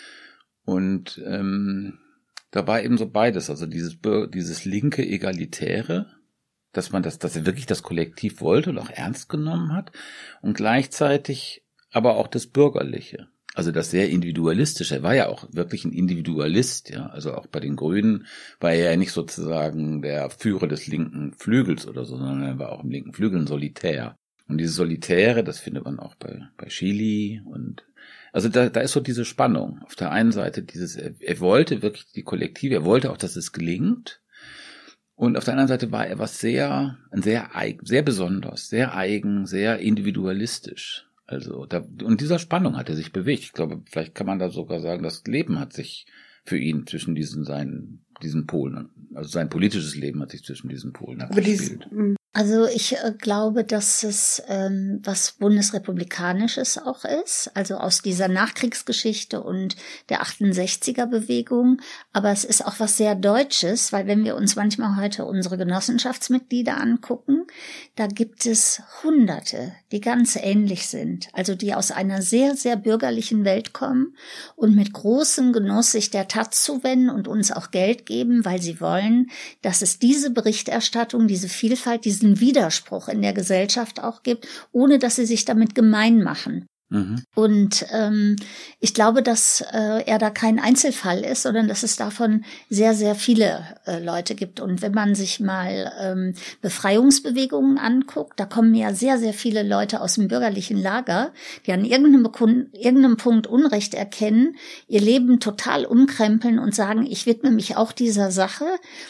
Und ähm, da war eben so beides, also dieses dieses linke Egalitäre, dass man das, dass er wirklich das Kollektiv wollte und auch ernst genommen hat, und gleichzeitig aber auch das Bürgerliche, also das sehr individualistische. Er war ja auch wirklich ein Individualist, ja, also auch bei den Grünen war er ja nicht sozusagen der Führer des linken Flügels oder so, sondern er war auch im linken Flügel ein Solitär. Und dieses Solitäre, das findet man auch bei bei Schily und also da, da ist so diese Spannung. Auf der einen Seite dieses, er, er wollte wirklich die Kollektive, er wollte auch, dass es gelingt. Und auf der anderen Seite war er was sehr, ein sehr eigen, sehr besonders, sehr eigen, sehr individualistisch. Also da, und dieser Spannung hat er sich bewegt. Ich glaube, vielleicht kann man da sogar sagen, das Leben hat sich für ihn zwischen diesen seinen, diesen Polen, also sein politisches Leben hat sich zwischen diesen Polen abgespielt. Also ich äh, glaube, dass es ähm, was Bundesrepublikanisches auch ist, also aus dieser Nachkriegsgeschichte und der achtundsechziger-Bewegung. Aber es ist auch was sehr Deutsches, weil wenn wir uns manchmal heute unsere Genossenschaftsmitglieder angucken, da gibt es Hunderte, die ganz ähnlich sind, also die aus einer sehr, sehr bürgerlichen Welt kommen und mit großem Genuss sich der Taz zuwenden und uns auch Geld geben, weil sie wollen, dass es diese Berichterstattung, diese Vielfalt, diesen Widerspruch in der Gesellschaft auch gibt, ohne dass sie sich damit gemein machen. Mhm. Und ähm, ich glaube, dass äh, er da kein Einzelfall ist, sondern dass es davon sehr, sehr viele äh, Leute gibt. Und wenn man sich mal ähm, Befreiungsbewegungen anguckt, da kommen ja sehr, sehr viele Leute aus dem bürgerlichen Lager, die an irgendeinem, irgendeinem Punkt Unrecht erkennen, ihr Leben total umkrempeln und sagen, ich widme mich auch dieser Sache.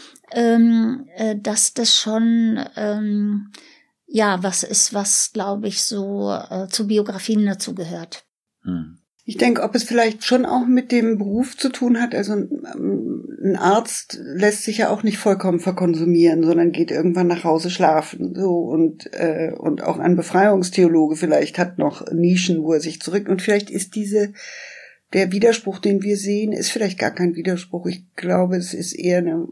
Ähm, äh, dass das schon ähm, ja was ist, was glaube ich so äh, zu Biografien dazu gehört. Hm. Ich denke, ob es vielleicht schon auch mit dem Beruf zu tun hat. Also ein Arzt lässt sich ja auch nicht vollkommen verkonsumieren, sondern geht irgendwann nach Hause schlafen. So und äh, und auch ein Befreiungstheologe vielleicht hat noch Nischen, wo er sich zurück. Und vielleicht ist diese der Widerspruch, den wir sehen, ist vielleicht gar kein Widerspruch. Ich glaube, es ist eher eine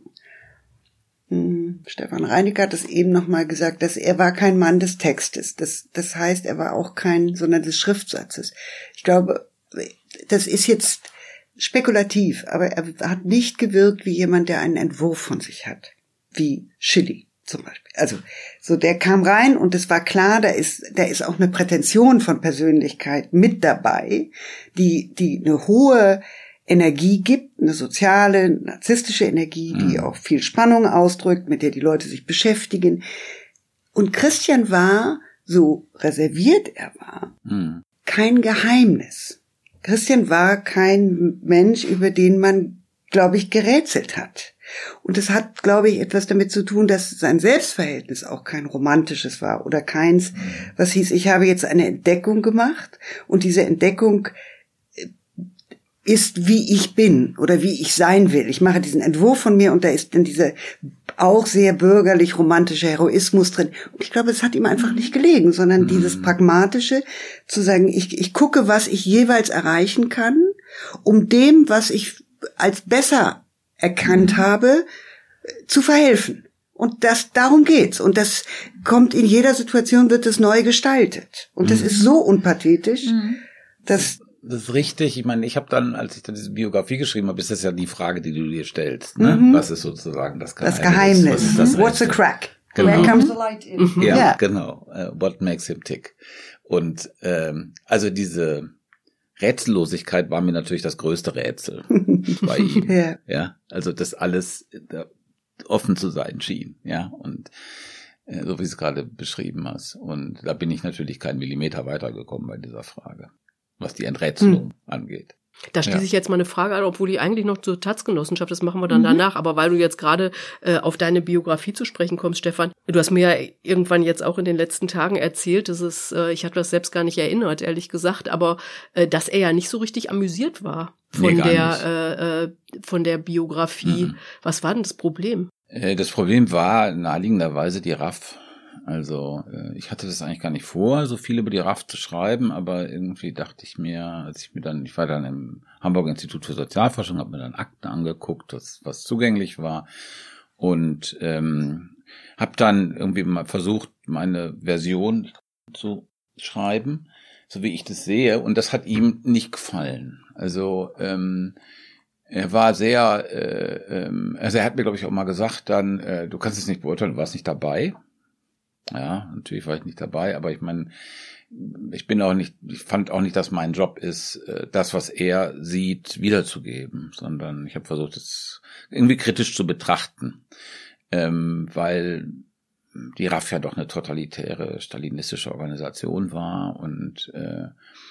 Stefan Reinicke hat es eben nochmal gesagt, dass er war kein Mann des Textes. Das, das heißt, er war auch kein, sondern des Schriftsatzes. Ich glaube, das ist jetzt spekulativ, aber er hat nicht gewirkt wie jemand, der einen Entwurf von sich hat. Wie Schily zum Beispiel. Also, so der kam rein und es war klar, da ist, da ist auch eine Prätension von Persönlichkeit mit dabei, die, die eine hohe Energie gibt, eine soziale, narzisstische Energie, die auch viel Spannung ausdrückt, mit der die Leute sich beschäftigen. Und Christian war, so reserviert er war, mhm. kein Geheimnis. Christian war kein Mensch, über den man, glaube ich, gerätselt hat. Und es hat, glaube ich, etwas damit zu tun, dass sein Selbstverhältnis auch kein romantisches war oder keins, was hieß, ich habe jetzt eine Entdeckung gemacht und diese Entdeckung ist, wie ich bin oder wie ich sein will. Ich mache diesen Entwurf von mir und da ist dann dieser auch sehr bürgerlich romantische Heroismus drin. Und ich glaube, es hat ihm einfach nicht gelegen, sondern mhm. dieses Pragmatische, zu sagen, ich, ich gucke, was ich jeweils erreichen kann, um dem, was ich als besser erkannt mhm. habe, zu verhelfen. Und das, darum geht's. Und das kommt in jeder Situation, wird es neu gestaltet. Und das mhm. ist so unpathetisch, mhm. dass Das ist richtig. Ich meine, ich habe dann, als ich dann diese Biografie geschrieben habe, ist das ja die Frage, die du dir stellst. Ne? Mhm. Was ist sozusagen das Geheimnis? Das Geheimnis. Was ist das What's the crack? Genau. Where comes the light in? Mhm. Ja, yeah. genau. Uh, what makes him tick? Und ähm, also diese Rätsellosigkeit war mir natürlich das größte Rätsel bei ihm. Yeah. Ja, also das alles da offen zu sein schien. Ja, und äh, so wie du es gerade beschrieben hast. Und da bin ich natürlich keinen Millimeter weitergekommen bei dieser Frage, was die Enträtselung hm. angeht. Da schließe ja. ich jetzt mal eine Frage an, obwohl die eigentlich noch zur Taz-Genossenschaft, das machen wir dann mhm. danach, aber weil du jetzt gerade äh, auf deine Biografie zu sprechen kommst, Stefan, du hast mir ja irgendwann jetzt auch in den letzten Tagen erzählt, dass es, äh, ich hatte das selbst gar nicht erinnert, ehrlich gesagt, aber äh, dass er ja nicht so richtig amüsiert war von nee, der äh, von der Biografie. Mhm. Was war denn das Problem? Äh, das Problem war naheliegenderweise die R A F. Also ich hatte das eigentlich gar nicht vor, so viel über die R A F zu schreiben, aber irgendwie dachte ich mir, als ich mir dann, ich war dann im Hamburger Institut für Sozialforschung, habe mir dann Akten angeguckt, das, was zugänglich war und ähm, habe dann irgendwie mal versucht, meine Version zu schreiben, so wie ich das sehe, und das hat ihm nicht gefallen. Also ähm, er war sehr, äh, ähm, also er hat mir, glaube ich, auch mal gesagt, dann, äh, du kannst es nicht beurteilen, du warst nicht dabei. Ja, natürlich war ich nicht dabei, aber ich meine, ich bin auch nicht, ich fand auch nicht, dass mein Job ist, das, was er sieht, wiederzugeben, sondern ich habe versucht, es irgendwie kritisch zu betrachten, ähm, weil die R A F ja doch eine totalitäre, stalinistische Organisation war und äh,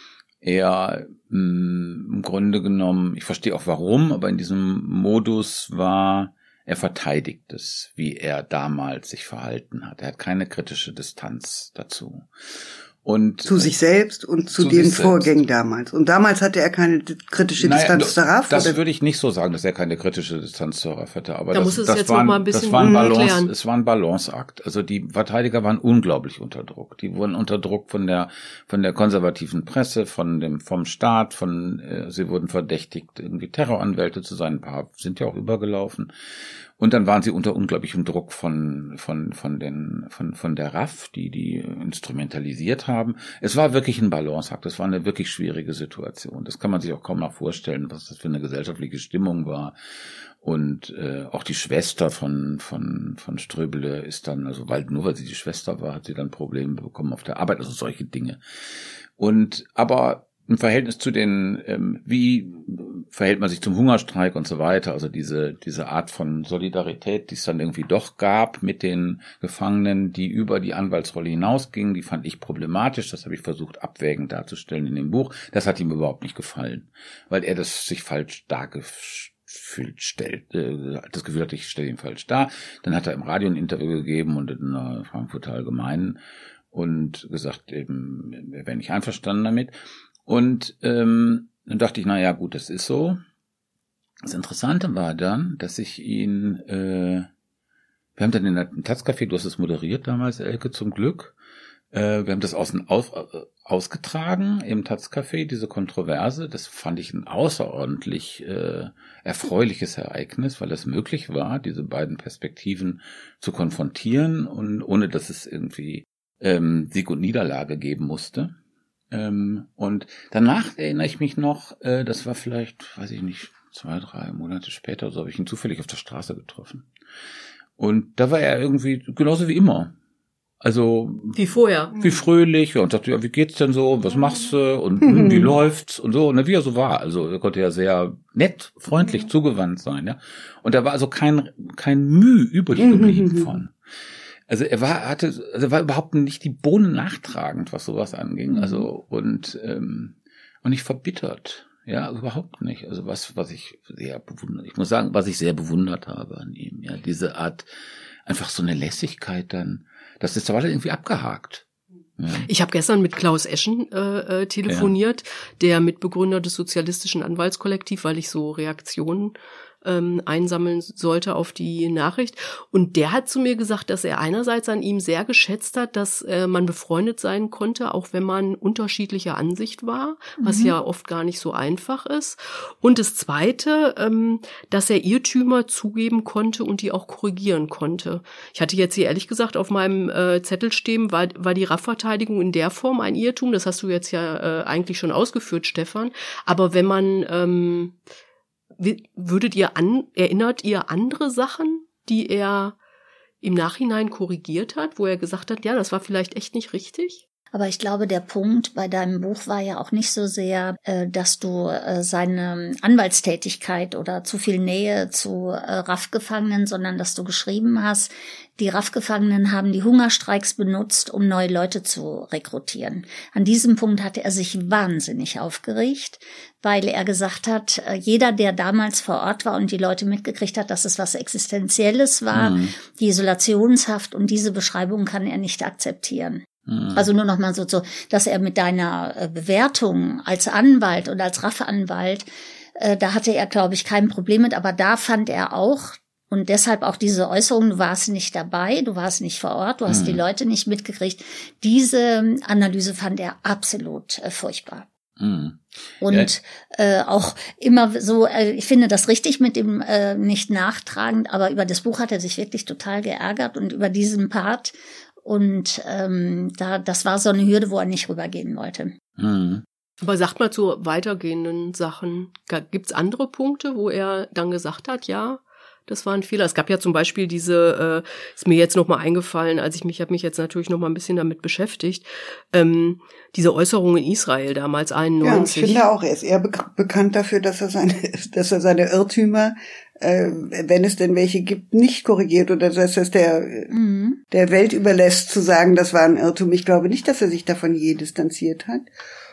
er mh, im Grunde genommen, ich verstehe auch warum, aber in diesem Modus war, er verteidigt es, wie er damals sich verhalten hat. Er hat keine kritische Distanz dazu. Und zu sich selbst und zu, zu den Vorgängen damals. Und damals hatte er keine kritische naja, Distanz zur R A F? Das oder? würde ich nicht so sagen, dass er keine kritische Distanz zur R A F hatte. Aber da das, muss es das, jetzt war, noch mal ein bisschen das war ein Balance, erklären. Es war ein Balanceakt. Also die Verteidiger waren unglaublich unter Druck. Die wurden unter Druck von der von der konservativen Presse, von dem vom Staat, von äh, sie wurden verdächtigt, irgendwie Terroranwälte zu sein. Ein paar sind ja auch übergelaufen. Und dann waren sie unter unglaublichem Druck von von von den von von der R A F, die die instrumentalisiert haben. Es war wirklich ein Balanceakt. Es war eine wirklich schwierige Situation. Das kann man sich auch kaum noch vorstellen, was das für eine gesellschaftliche Stimmung war. Und äh, auch die Schwester von von von Ströbele ist dann, also weil nur weil sie die Schwester war, hat sie dann Probleme bekommen auf der Arbeit. Also solche Dinge. Und aber im Verhältnis zu den, ähm, wie verhält man sich zum Hungerstreik und so weiter, also diese diese Art von Solidarität, die es dann irgendwie doch gab mit den Gefangenen, die über die Anwaltsrolle hinausgingen, die fand ich problematisch, das habe ich versucht abwägend darzustellen in dem Buch. Das hat ihm überhaupt nicht gefallen, weil er das sich falsch dargefühlt stellt, äh, das Gefühl hatte, ich stelle ihn falsch dar. Dann hat er im Radio ein Interview gegeben und in der Frankfurter Allgemeinen und gesagt, eben, er wäre nicht einverstanden damit. Und ähm, dann dachte ich, na ja, gut, das ist so. Das Interessante war dann, dass ich ihn, äh, wir haben dann in der Taz-Café, du hast es moderiert damals, Elke, zum Glück, äh, wir haben das außen aus, äh, ausgetragen im Taz-Café, diese Kontroverse. Das fand ich ein außerordentlich äh, erfreuliches Ereignis, weil es möglich war, diese beiden Perspektiven zu konfrontieren und ohne, dass es irgendwie ähm, Sieg und Niederlage geben musste. Ähm, und danach erinnere ich mich noch, äh, das war vielleicht, weiß ich nicht, zwei, drei Monate später, so habe ich ihn zufällig auf der Straße getroffen. Und da war er irgendwie genauso wie immer. Also wie vorher, wie fröhlich und sagte, ja, wie geht's denn so, was machst du und mhm. wie läuft's und so, ne, wie er so war. Also er konnte ja sehr nett, freundlich, mhm. zugewandt sein, ja. Und da war also kein kein Mühe übrig geblieben mhm. von. Also er war hatte, also er war überhaupt nicht die Bohne nachtragend, was sowas anging. Mhm. Also und ähm, und nicht verbittert, ja, überhaupt nicht. Also was was ich sehr bewundert, ich muss sagen, was ich sehr bewundert habe an ihm, ja, diese Art, einfach so eine Lässigkeit dann. Das ist aber irgendwie abgehakt. Ja. Ich habe gestern mit Klaus Eschen äh, äh, telefoniert, ja. der Mitbegründer des sozialistischen Anwaltskollektivs, weil ich so Reaktionen ähm, einsammeln sollte auf die Nachricht. Und der hat zu mir gesagt, dass er einerseits an ihm sehr geschätzt hat, dass äh, man befreundet sein konnte, auch wenn man unterschiedlicher Ansicht war, was mhm. ja oft gar nicht so einfach ist. Und das Zweite, ähm, dass er Irrtümer zugeben konnte und die auch korrigieren konnte. Ich hatte jetzt hier ehrlich gesagt auf meinem äh, Zettel stehen, war, war die R A F-Verteidigung in der Form ein Irrtum. Das hast du jetzt ja äh, eigentlich schon ausgeführt, Stefan. Aber wenn man ähm, Würdet ihr an, erinnert ihr andere Sachen, die er im Nachhinein korrigiert hat, wo er gesagt hat, ja, das war vielleicht echt nicht richtig? Aber ich glaube, der Punkt bei deinem Buch war ja auch nicht so sehr, äh, dass du äh, seine Anwaltstätigkeit oder zu viel Nähe zu äh, R A F-Gefangenen, sondern dass du geschrieben hast, die R A F-Gefangenen haben die Hungerstreiks benutzt, um neue Leute zu rekrutieren. An diesem Punkt hatte er sich wahnsinnig aufgeregt, weil er gesagt hat, äh, jeder, der damals vor Ort war und die Leute mitgekriegt hat, dass es was Existenzielles war, mhm. die Isolationshaft, und diese Beschreibung kann er nicht akzeptieren. Also nur noch mal so, so, dass er mit deiner Bewertung als Anwalt und als R A F-Anwalt, äh, da hatte er, glaube ich, kein Problem mit, aber da fand er auch, und deshalb auch diese Äußerung, du warst nicht dabei, du warst nicht vor Ort, du hast mhm. die Leute nicht mitgekriegt, diese Analyse fand er absolut äh, furchtbar. Mhm. Und ja. äh, auch immer so, äh, ich finde das richtig mit dem äh, nicht nachtragend, aber über das Buch hat er sich wirklich total geärgert und über diesen Part. Und ähm, da, das war so eine Hürde, wo er nicht rübergehen wollte. Mhm. Aber sagt mal zu weitergehenden Sachen, gibt's andere Punkte, wo er dann gesagt hat, ja, das war ein Fehler? Es gab ja zum Beispiel diese, äh, ist mir jetzt nochmal eingefallen, als ich mich, habe mich jetzt natürlich nochmal ein bisschen damit beschäftigt, ähm, diese Äußerung in Israel damals einundneunzig. Ja, ich finde auch, er ist eher be- bekannt dafür, dass er seine, dass er seine Irrtümer, äh, wenn es denn welche gibt, nicht korrigiert oder dass er es der, mhm. der Welt überlässt, zu sagen, das war ein Irrtum. Ich glaube nicht, dass er sich davon je distanziert hat.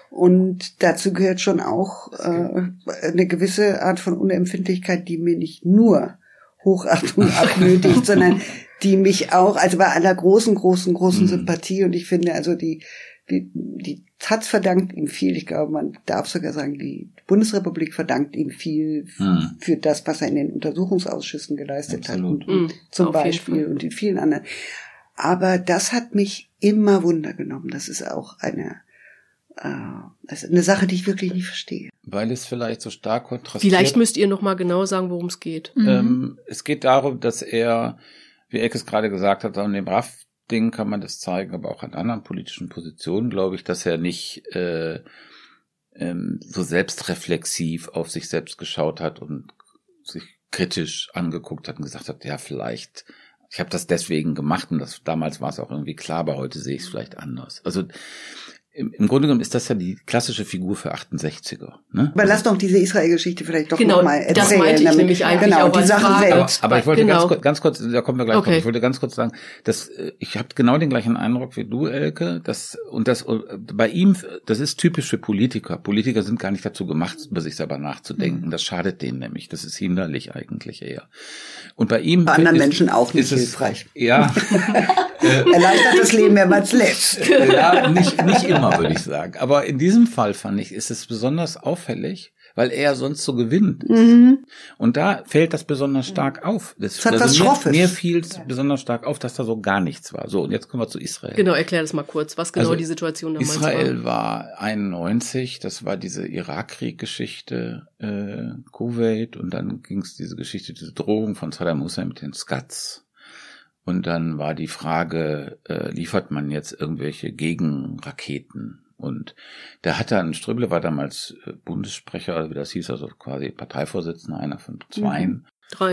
Und dazu gehört schon auch äh, eine gewisse Art von Unempfindlichkeit, die mir nicht nur Hochachtung abnötigt, sondern die mich auch, also bei aller großen, großen, großen mhm. Sympathie, und ich finde, also die, die, die Taz verdankt ihm viel, ich glaube, man darf sogar sagen, die Bundesrepublik verdankt ihm viel mhm. für das, was er in den Untersuchungsausschüssen geleistet Absolut. hat, und, und mhm. zum Auf Beispiel und in vielen anderen. Aber das hat mich immer Wunder genommen. Das ist auch eine Das ist eine Sache, die ich wirklich nicht verstehe. Weil es vielleicht so stark kontrastiert. Vielleicht müsst ihr noch mal genau sagen, worum es geht. Mhm. Ähm, es geht darum, dass er, wie Elke es gerade gesagt hat, an dem R A F-Ding kann man das zeigen, aber auch an anderen politischen Positionen, glaube ich, dass er nicht äh, ähm, so selbstreflexiv auf sich selbst geschaut hat und sich kritisch angeguckt hat und gesagt hat, ja, vielleicht, ich habe das deswegen gemacht, und das damals war es auch irgendwie klar, aber heute sehe ich es vielleicht anders. Also Im, Im Grunde genommen ist das ja die klassische Figur für achtundsechziger. Ne? Aber lass doch diese Israel-Geschichte vielleicht doch genau, noch mal erzählen. Das meinte ich damit, nämlich eigentlich genau, auch die als Sache Frage. selbst. Aber, aber ich wollte genau. ganz, kurz, ganz kurz, da kommen wir gleich okay. drauf, ich wollte ganz kurz sagen, dass ich habe genau den gleichen Eindruck wie du, Elke, dass, und das bei ihm, das ist typisch für Politiker. Politiker sind gar nicht dazu gemacht, über sich selber nachzudenken. Mhm. Das schadet denen nämlich. Das ist hinderlich eigentlich eher. Und bei ihm bei anderen ist, Menschen auch nicht ist es, hilfreich. Ja. Erleichtert das Leben, wenn man es lässt. Ja, nicht, nicht immer, würde ich sagen. Aber in diesem Fall, fand ich, ist es besonders auffällig, weil er sonst so gewinnt ist. Mhm. Und da fällt das besonders stark auf. Das, das hat also was mir, Schroffes. Mir fiel es ja. besonders stark auf, dass da so gar nichts war. So, und jetzt kommen wir zu Israel. Genau, erklär das mal kurz, was genau also die Situation damals Israel war. Israel war einundneunzig, das war diese Irakkrieg-Geschichte, äh, Kuwait, und dann ging es diese Geschichte, diese Drohung von Saddam Hussein mit den Scats. Und dann war die Frage, äh, liefert man jetzt irgendwelche Gegenraketen? Und der hatte einen Ströbele, war damals äh, Bundessprecher, wie das hieß, also quasi Parteivorsitzender, einer von zweien. Mhm. Dreien.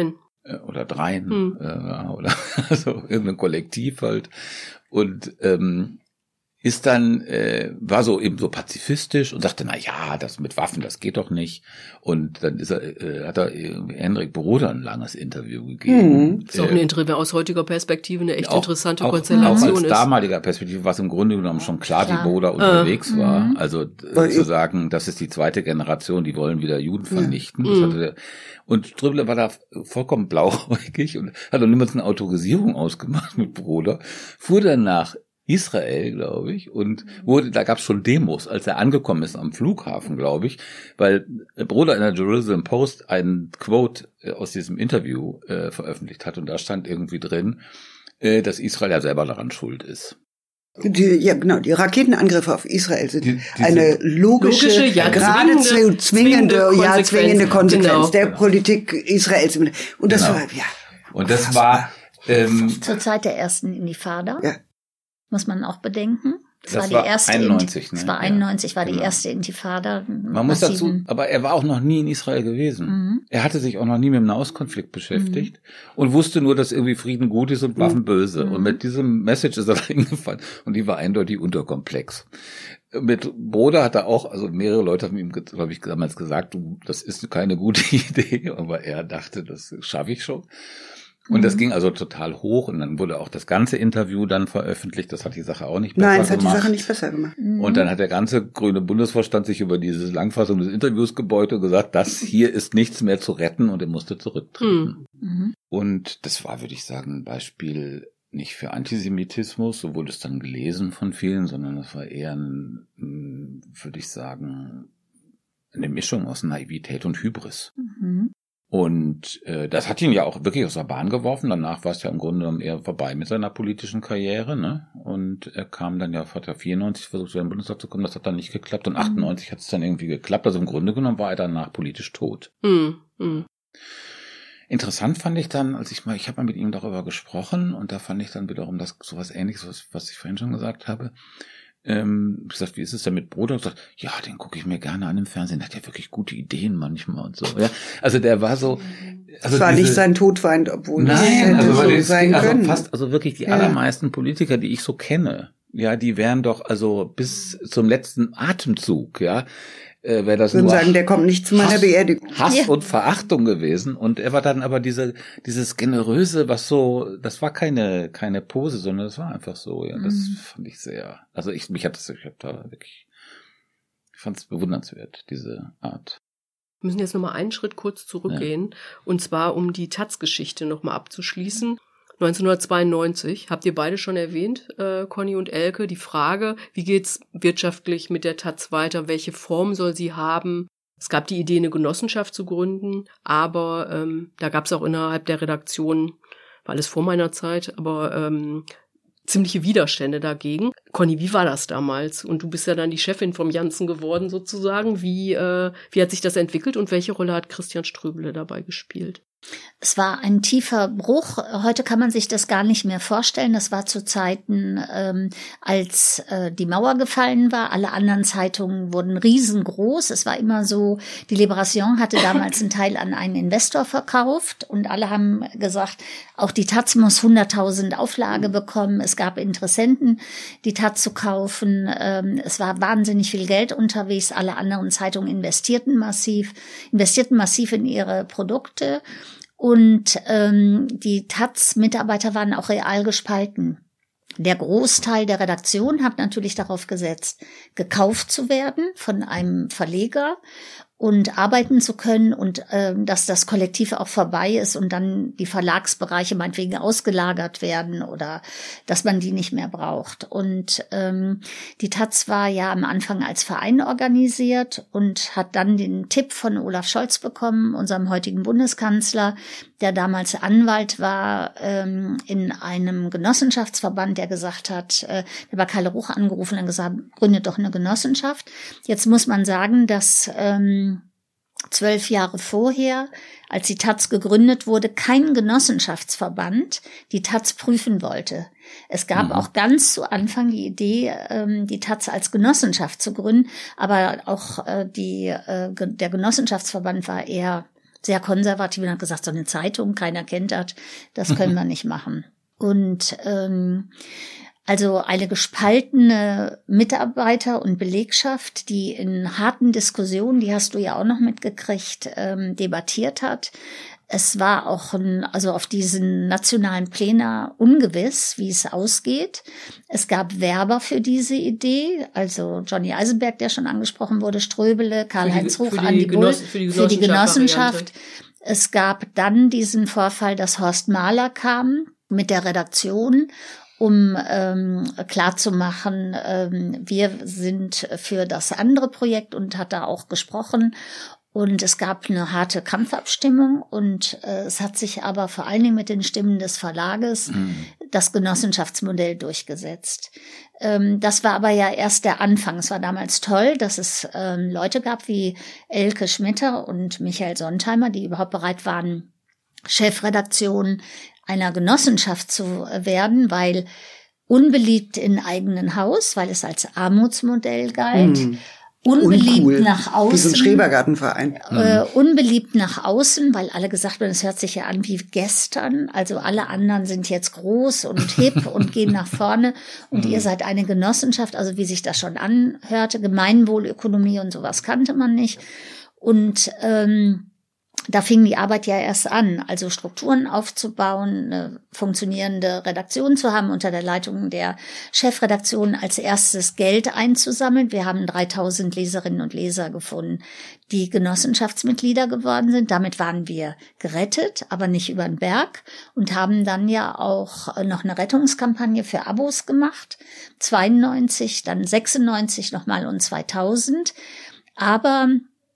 äh, oder dreien hm. äh, oder so irgendein Kollektiv halt. Und ähm, ist dann, äh, war so eben so pazifistisch und sagte, na ja, das mit Waffen, das geht doch nicht. Und dann ist er, äh, hat er Henrik Broder ein langes Interview gegeben. Mhm. Ist auch ein Interview aus heutiger Perspektive eine echt auch, interessante auch, Konstellation auch als ist. damaliger Perspektive war es im Grunde genommen schon klar, klar. wie Broder äh. unterwegs mhm. war. Also äh, zu sagen, das ist die zweite Generation, die wollen wieder Juden vernichten. Mhm. Das hatte der, und Ströbele war da vollkommen blauäugig und hat auch niemals eine Autorisierung ausgemacht mit Broder, fuhr dann nach Israel, glaube ich, und wurde, da gab es schon Demos, als er angekommen ist am Flughafen, glaube ich, weil Broder in der Jerusalem Post einen Quote aus diesem Interview äh, veröffentlicht hat und da stand irgendwie drin, äh, dass Israel ja selber daran schuld ist. Die, ja, genau, die Raketenangriffe auf Israel sind die, die eine sind logische, logische ja, geradezu zwingende, zwingende, ja, zwingende Konsequenz genau. der Politik Israels. Und das genau. war, ja. Und das war, ähm, zur Zeit der ersten Intifada. Ja. Muss man auch bedenken. Das, das war die war erste einundneunzig, ne? Das ne? war einundneunzig, ja, war genau. die erste Intifada. Man muss dazu, aber er war auch noch nie in Israel gewesen. Mhm. Er hatte sich auch noch nie mit dem Nahostkonflikt beschäftigt mhm. und wusste nur, dass irgendwie Frieden gut ist und Waffen böse. Mhm. Und mit diesem Message ist er reingefallen und die war eindeutig unterkomplex. Mit Broder hat er auch, also mehrere Leute haben ihm, glaube ich, damals gesagt, du, das ist keine gute Idee, aber er dachte, das schaffe ich schon. Und das ging also total hoch und dann wurde auch das ganze Interview dann veröffentlicht. Das hat die Sache auch nicht besser gemacht. Nein, es hat die Sache nicht besser gemacht. Und dann hat der ganze grüne Bundesvorstand sich über diese Langfassung des Interviews gebeugt und gesagt, das hier ist nichts mehr zu retten und er musste zurücktreten. Mhm. Und das war, würde ich sagen, ein Beispiel nicht für Antisemitismus, so wurde es dann gelesen von vielen, sondern das war eher ein, würde ich sagen, eine Mischung aus Naivität und Hybris. Mhm. Und äh, das hat ihn ja auch wirklich aus der Bahn geworfen. Danach war es ja im Grunde genommen eher vorbei mit seiner politischen Karriere, ne? Und er kam dann ja, hat er vierundneunzig versucht, in den Bundestag zu kommen, das hat dann nicht geklappt. Und achtundneunzig hat es dann irgendwie geklappt. Also im Grunde genommen war er danach politisch tot. Mhm. Mhm. Interessant fand ich dann, als ich mal, ich habe mal mit ihm darüber gesprochen und da fand ich dann wiederum das sowas Ähnliches, was, was ich vorhin schon gesagt habe. Ähm, ich gesagt, wie ist es denn mit Broder? Ich gesagt, ja, den gucke ich mir gerne an im Fernsehen. Der hat ja wirklich gute Ideen manchmal und so. Ja, also der war so. Also es war diese, nicht sein Todfeind, obwohl nein, es hätte also, so das sein also können. Fast, also wirklich die ja. allermeisten Politiker, die ich so kenne, ja, die wären doch also bis zum letzten Atemzug, ja. Äh, wäre das ich würde nur sagen, der kommt nicht zu meiner Hass, Beerdigung. Hass ja. und Verachtung gewesen. Und er war dann aber diese, dieses generöse, was so, das war keine, keine Pose, sondern das war einfach so, ja. Das mhm. fand ich sehr, also ich, mich hat das, ich hab da wirklich, ich fand es bewundernswert, diese Art. Wir müssen jetzt nochmal einen Schritt kurz zurückgehen, ja. und zwar um die Taz-Geschichte nochmal abzuschließen. neunzehnhundertzweiundneunzig, habt ihr beide schon erwähnt, äh, Conny und Elke, die Frage, wie geht's wirtschaftlich mit der Taz weiter, welche Form soll sie haben? Es gab die Idee, eine Genossenschaft zu gründen, aber ähm, da gab es auch innerhalb der Redaktion, war alles vor meiner Zeit, aber ähm, ziemliche Widerstände dagegen. Conny, wie war das damals? Und du bist ja dann die Chefin vom Janssen geworden sozusagen. Wie, äh, wie hat sich das entwickelt und welche Rolle hat Christian Ströbele dabei gespielt? Es war ein tiefer Bruch. Heute kann man sich das gar nicht mehr vorstellen. Das war zu Zeiten, ähm, als äh, die Mauer gefallen war. Alle anderen Zeitungen wurden riesengroß. Es war immer so, die Libération hatte damals einen Teil an einen Investor verkauft und alle haben gesagt, auch die Taz muss hunderttausend Auflage bekommen. Es gab Interessenten, die Taz zu kaufen. Ähm, es war wahnsinnig viel Geld unterwegs. Alle anderen Zeitungen investierten massiv, investierten massiv in ihre Produkte. Und ähm, die Taz-Mitarbeiter waren auch real gespalten. Der Großteil der Redaktion hat natürlich darauf gesetzt, gekauft zu werden von einem Verleger und arbeiten zu können und äh, dass das Kollektiv auch vorbei ist und dann die Verlagsbereiche meinetwegen ausgelagert werden oder dass man die nicht mehr braucht. Und ähm, die Taz war ja am Anfang als Verein organisiert und hat dann den Tipp von Olaf Scholz bekommen, unserem heutigen Bundeskanzler, der damals Anwalt war ähm, in einem Genossenschaftsverband, der gesagt hat, äh, der war Karl Ruch angerufen und gesagt, gründet doch eine Genossenschaft. Jetzt muss man sagen, dass ähm, zwölf Jahre vorher, als die Taz gegründet wurde, kein Genossenschaftsverband die Taz prüfen wollte. Es gab mhm. auch ganz zu Anfang die Idee, ähm, die Taz als Genossenschaft zu gründen, aber auch äh, die, äh, der Genossenschaftsverband war eher sehr konservativ und hat gesagt, so eine Zeitung, keiner kennt das, das können wir nicht machen. Und ähm, also eine gespaltene Mitarbeiter- und Belegschaft, die in harten Diskussionen, die hast du ja auch noch mitgekriegt, ähm, debattiert hat. Es war auch ein, also auf diesen nationalen Plänen ungewiss, wie es ausgeht. Es gab Werber für diese Idee, also Johnny Eisenberg, der schon angesprochen wurde, Ströbele, Karl-Heinz Ruch, Andi Bull für die, für die Genossenschaft. Es gab dann diesen Vorfall, dass Horst Mahler kam mit der Redaktion, um ähm, klarzumachen, ähm, wir sind für das andere Projekt, und hat da auch gesprochen. Und es gab eine harte Kampfabstimmung, und äh, es hat sich aber vor allen Dingen mit den Stimmen des Verlages mhm. das Genossenschaftsmodell durchgesetzt. Ähm, das war aber ja erst der Anfang. Es war damals toll, dass es ähm, Leute gab wie Elke Schmitter und Michael Sontheimer, die überhaupt bereit waren, Chefredaktion einer Genossenschaft zu werden, weil unbeliebt in eigenen Haus, weil es als Armutsmodell galt. Mhm. Unbeliebt Uncool. nach außen. Wie so ein Schrebergartenverein. Äh, unbeliebt nach außen, weil alle gesagt haben, es hört sich ja an wie gestern. Also alle anderen sind jetzt groß und hip und gehen nach vorne. Und ihr seid eine Genossenschaft, also wie sich das schon anhörte. Gemeinwohlökonomie und sowas kannte man nicht. Und ähm, da fing die Arbeit ja erst an, also Strukturen aufzubauen, eine funktionierende Redaktion zu haben, unter der Leitung der Chefredaktion als erstes Geld einzusammeln. Wir haben dreitausend Leserinnen und Leser gefunden, die Genossenschaftsmitglieder geworden sind. Damit waren wir gerettet, aber nicht über den Berg, und haben dann ja auch noch eine Rettungskampagne für Abos gemacht. zweiundneunzig, dann sechsundneunzig nochmal und zweitausend. Aber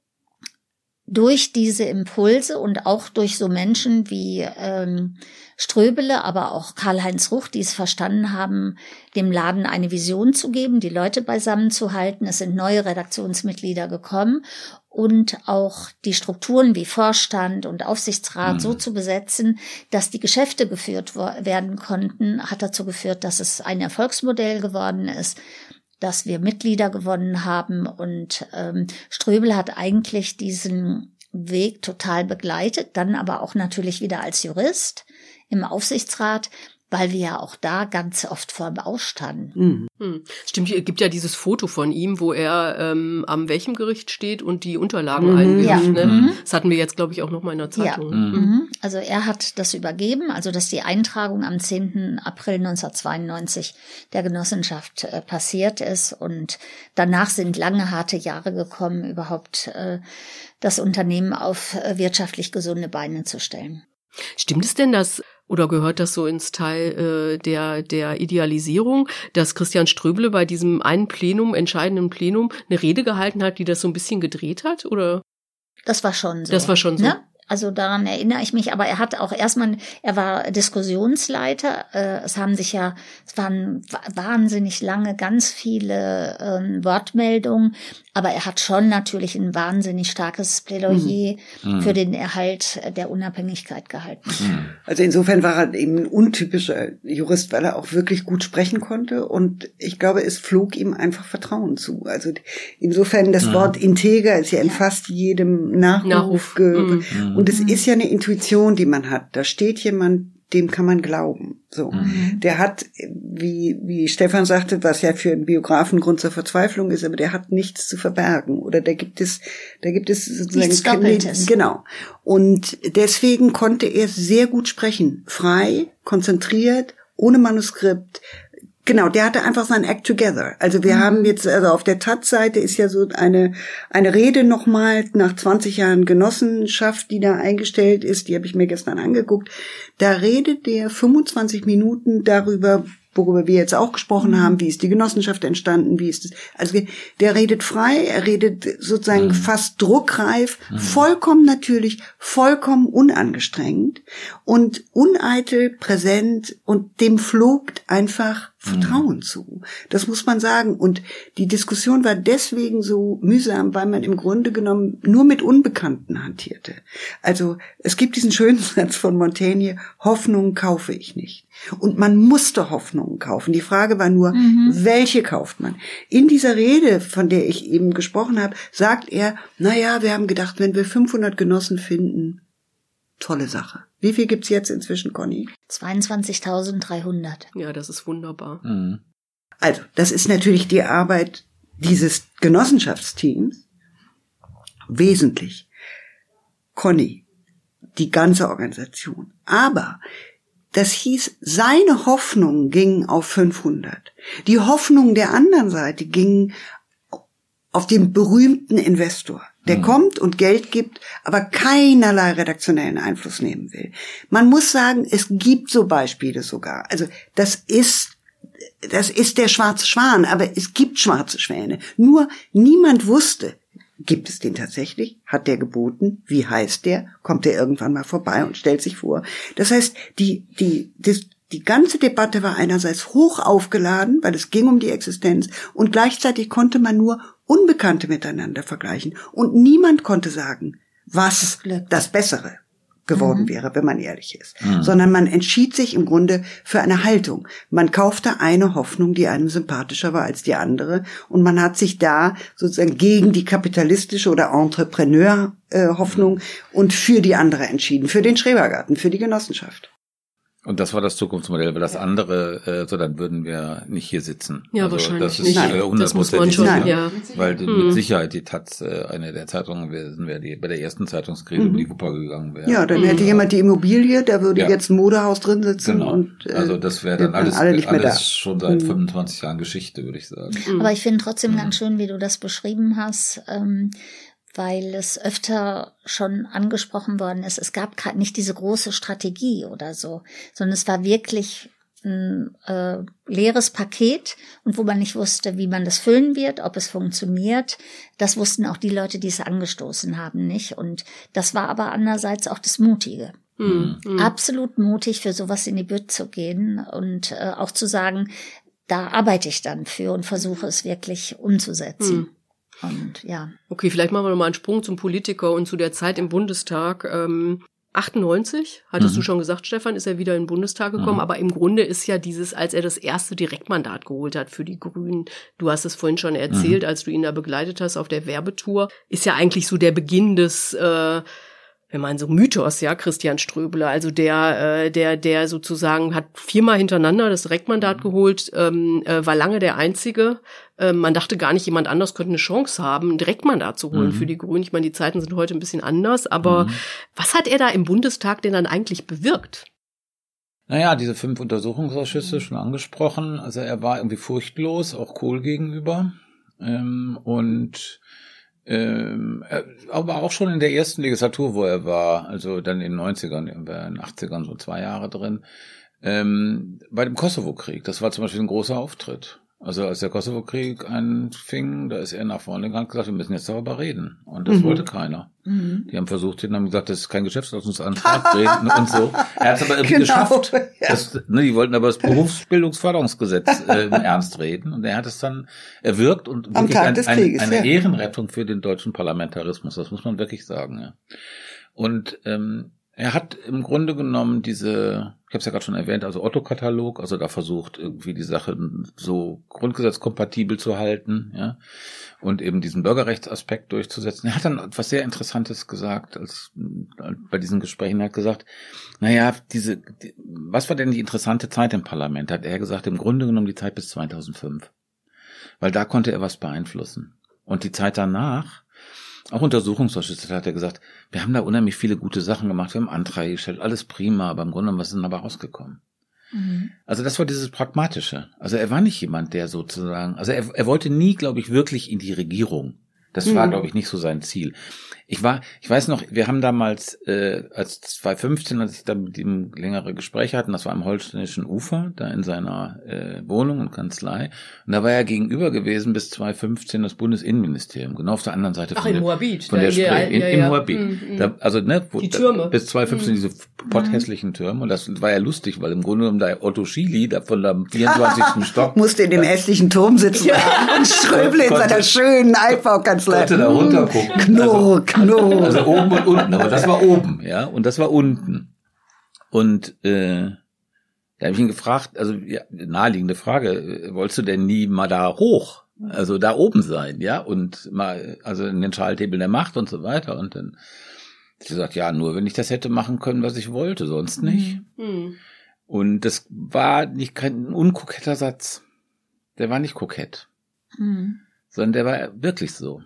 durch diese Impulse und auch durch so Menschen wie ähm, Ströbele, aber auch Karl-Heinz Ruch, die es verstanden haben, dem Laden eine Vision zu geben, die Leute beisammen zu halten. Es sind neue Redaktionsmitglieder gekommen, und auch die Strukturen wie Vorstand und Aufsichtsrat mhm. so zu besetzen, dass die Geschäfte geführt werden konnten, hat dazu geführt, dass es ein Erfolgsmodell geworden ist, dass wir Mitglieder gewonnen haben, und ähm, Ströbele hat eigentlich diesen Weg total begleitet, dann aber auch natürlich wieder als Jurist im Aufsichtsrat, weil wir ja auch da ganz oft vor dem Aus standen. Mhm. Hm. Stimmt, es gibt ja dieses Foto von ihm, wo er ähm, am welchem Gericht steht und die Unterlagen mhm. einwirft. Ja. Ne? Mhm. Das hatten wir jetzt, glaube ich, auch noch mal in der Zeitung. Ja. Mhm. Also er hat das übergeben, also dass die Eintragung am zehnten April neunzehnhundertzweiundneunzig der Genossenschaft äh, passiert ist, und danach sind lange harte Jahre gekommen, überhaupt äh, das Unternehmen auf äh, wirtschaftlich gesunde Beine zu stellen. Stimmt es denn, dass, oder gehört das so ins Teil äh, der der Idealisierung, dass Christian Ströbele bei diesem einen Plenum, entscheidenden Plenum, eine Rede gehalten hat, die das so ein bisschen gedreht hat, oder? Das war schon so. Das war schon so. Ne? Also daran erinnere ich mich, aber er hat auch erstmal, er war Diskussionsleiter, äh, es haben sich ja, es waren wahnsinnig lange ganz viele ähm, Wortmeldungen, aber er hat schon natürlich ein wahnsinnig starkes Plädoyer mhm. für den Erhalt der Unabhängigkeit gehalten. Also insofern war er eben ein untypischer Jurist, weil er auch wirklich gut sprechen konnte, und ich glaube, es flog ihm einfach Vertrauen zu. Also insofern, das mhm. Wort integer ist ja in fast jedem Nachruf. Nachruf. Ge- mhm. Und es ist ja eine Intuition, die man hat. Da steht jemand, dem kann man glauben. So, mhm. der hat, wie wie Stefan sagte, was ja für einen Biografen Grund zur Verzweiflung ist, aber der hat nichts zu verbergen, oder da gibt es, da gibt es sozusagen nichts Doppeltes. Genau. Und deswegen konnte er sehr gut sprechen, frei, konzentriert, ohne Manuskript. Genau, der hatte einfach sein Act together. Also wir mhm. haben jetzt, also auf der Taz-Seite ist ja so eine eine Rede nochmal nach zwanzig Jahren Genossenschaft, die da eingestellt ist, die habe ich mir gestern angeguckt. Da redet der fünfundzwanzig Minuten darüber, worüber wir jetzt auch gesprochen mhm. haben, wie ist die Genossenschaft entstanden, wie ist es, also der redet frei, er redet sozusagen mhm. fast druckreif, mhm. vollkommen natürlich, vollkommen unangestrengt und uneitel, präsent, und dem flogt einfach Vertrauen mhm. zu. Das muss man sagen. Und die Diskussion war deswegen so mühsam, weil man im Grunde genommen nur mit Unbekannten hantierte. Also es gibt diesen schönen Satz von Montaigne, Hoffnungen kaufe ich nicht. Und man musste Hoffnungen kaufen. Die Frage war nur, mhm. welche kauft man? In dieser Rede, von der ich eben gesprochen habe, sagt er, na ja, wir haben gedacht, wenn wir fünfhundert Genossen finden, tolle Sache. Wie viel gibt's jetzt inzwischen, Conny? zweiundzwanzigtausenddreihundert. Ja, das ist wunderbar. Mhm. Also, das ist natürlich die Arbeit dieses Genossenschaftsteams. Wesentlich. Conny, die ganze Organisation. Aber das hieß, seine Hoffnungen gingen auf fünfhundert. Die Hoffnungen der anderen Seite gingen auf den berühmten Investor, der mhm. kommt und Geld gibt, aber keinerlei redaktionellen Einfluss nehmen will. Man muss sagen, es gibt so Beispiele sogar. Also das ist, das ist der schwarze Schwan, aber es gibt schwarze Schwäne. Nur niemand wusste, gibt es den tatsächlich? Hat der geboten? Wie heißt der? Kommt der irgendwann mal vorbei und stellt sich vor? Das heißt, die, die, das, die ganze Debatte war einerseits hoch aufgeladen, weil es ging um die Existenz, und gleichzeitig konnte man nur Unbekannte miteinander vergleichen. Und niemand konnte sagen, was das Bessere geworden mhm. wäre, wenn man ehrlich ist. Mhm. Sondern man entschied sich im Grunde für eine Haltung. Man kaufte eine Hoffnung, die einem sympathischer war als die andere. Und man hat sich da sozusagen gegen die kapitalistische oder Entrepreneur-Hoffnung äh, und für die andere entschieden. Für den Schrebergarten, für die Genossenschaft. Und das war das Zukunftsmodell, weil das andere, äh, so dann würden wir nicht hier sitzen. Ja, also wahrscheinlich das ist nicht. Äh, das muss man schon, sicher, ja. Weil hm. mit Sicherheit die Taz, äh, eine der Zeitungen wäre, wäre die bei der ersten Zeitungskrise mhm. um die Wupper gegangen wäre. Ja, dann mhm. hätte jemand die Immobilie, da würde ja. jetzt ein Modehaus drin sitzen. Genau. Und, äh, also das wäre dann alles, alle alles schon seit mhm. fünfundzwanzig Jahren Geschichte, würde ich sagen. Mhm. Aber ich finde trotzdem mhm. ganz schön, wie du das beschrieben hast, ähm, weil es öfter schon angesprochen worden ist. Es gab gerade nicht diese große Strategie oder so, sondern es war wirklich ein äh, leeres Paket, und wo man nicht wusste, wie man das füllen wird, ob es funktioniert. Das wussten auch die Leute, die es angestoßen haben, nicht. Und das war aber andererseits auch das Mutige. Mhm. Absolut mutig, für sowas in die Bütt zu gehen und äh, auch zu sagen, da arbeite ich dann für und versuche es wirklich umzusetzen. Mhm. Und ja. Okay, vielleicht machen wir noch mal einen Sprung zum Politiker und zu der Zeit im Bundestag. Ähm, achtundneunzig, hattest mhm. du schon gesagt, Stefan, ist er wieder in den Bundestag gekommen. Mhm. Aber im Grunde ist ja dieses, als er das erste Direktmandat geholt hat für die Grünen, du hast es vorhin schon erzählt, mhm. als du ihn da begleitet hast auf der Werbetour, ist ja eigentlich so der Beginn des äh, wenn man so Mythos, ja, Christian Ströbele, also der, äh, der, der sozusagen hat viermal hintereinander das Direktmandat mhm. geholt, ähm, äh, war lange der Einzige. Ähm, man dachte gar nicht, jemand anders könnte eine Chance haben, ein Direktmandat zu holen mhm. für die Grünen. Ich meine, die Zeiten sind heute ein bisschen anders, aber mhm. was hat er da im Bundestag denn dann eigentlich bewirkt? Naja, diese fünf Untersuchungsausschüsse schon angesprochen. Also er war irgendwie furchtlos, auch Kohl gegenüber. Ähm, und Ähm, aber auch schon in der ersten Legislatur, wo er war, also dann in den neunzigern, er war in den achtzigern so zwei Jahre drin, ähm, bei dem Kosovo-Krieg, das war zum Beispiel ein großer Auftritt. Also als der Kosovo-Krieg anfing, da ist er nach vorne gegangen und gesagt, wir müssen jetzt darüber reden. Und das mhm. wollte keiner. Mhm. Die haben versucht, die haben gesagt, das ist kein Geschäftsordnungsantrag, reden und so. Er hat es aber irgendwie genau. geschafft. Das, ne, die wollten aber das Berufsbildungsförderungsgesetz äh, ernst reden. Und er hat es dann erwirkt und Am wirklich ein, ein, Krieges, eine ja. Ehrenrettung für den deutschen Parlamentarismus. Das muss man wirklich sagen. Ja. Und ähm, er hat im Grunde genommen diese, ich habe es ja gerade schon erwähnt, also Otto-Katalog, also da versucht irgendwie die Sache so grundgesetzkompatibel zu halten, ja, und eben diesen Bürgerrechtsaspekt durchzusetzen. Er hat dann etwas sehr Interessantes gesagt, als bei diesen Gesprächen er hat gesagt, naja, diese, die, was war denn die interessante Zeit im Parlament? Hat er gesagt, im Grunde genommen die Zeit bis zweitausendfünf, weil da konnte er was beeinflussen. Und die Zeit danach, auch Untersuchungsausschüsse, hat er gesagt, wir haben da unheimlich viele gute Sachen gemacht, wir haben Anträge gestellt, alles prima, aber im Grunde genommen, was ist denn dabei rausgekommen? Mhm. Also das war dieses Pragmatische. Also er war nicht jemand, der sozusagen, also er, er wollte nie, glaube ich, wirklich in die Regierung. Das mhm. war, glaube ich, nicht so sein Ziel. Ich war, ich weiß noch, wir haben damals, äh, als zwanzig fünfzehn, als ich da mit ihm längere Gespräche hatten, das war am Holsteinischen Ufer, da in seiner äh, Wohnung und Kanzlei. Und da war ja gegenüber gewesen bis zwanzig fünfzehn das Bundesinnenministerium, genau auf der anderen Seite Ach, von in der, Moabit, von der in Spree, in, ja, in ja. Moabit. Mhm. Da, also ne, wo, die Türme. Da, bis zwanzig fünfzehn mhm. diese potthässlichen Türme. Und das war ja lustig, weil im Grunde genommen da Otto Schily, da von der vierundzwanzigsten Stock musste in dem hässlichen Turm sitzen ja. und Ströbel in konnte, seiner schönen Altbaukanzlei. Konnte da runter gucken. Knurr, also, knurr. Also oben und unten, aber das war oben, ja, und das war unten. Und äh, da habe ich ihn gefragt, also ja, naheliegende Frage, wolltest du denn nie mal da hoch, also da oben sein, ja, und mal, also in den Schalthebel der Macht und so weiter. Und dann hat sie gesagt, ja, nur wenn ich das hätte machen können, was ich wollte, sonst nicht. Mhm. Und das war nicht kein unkoketter Satz. Der war nicht kokett, mhm. sondern der war wirklich so.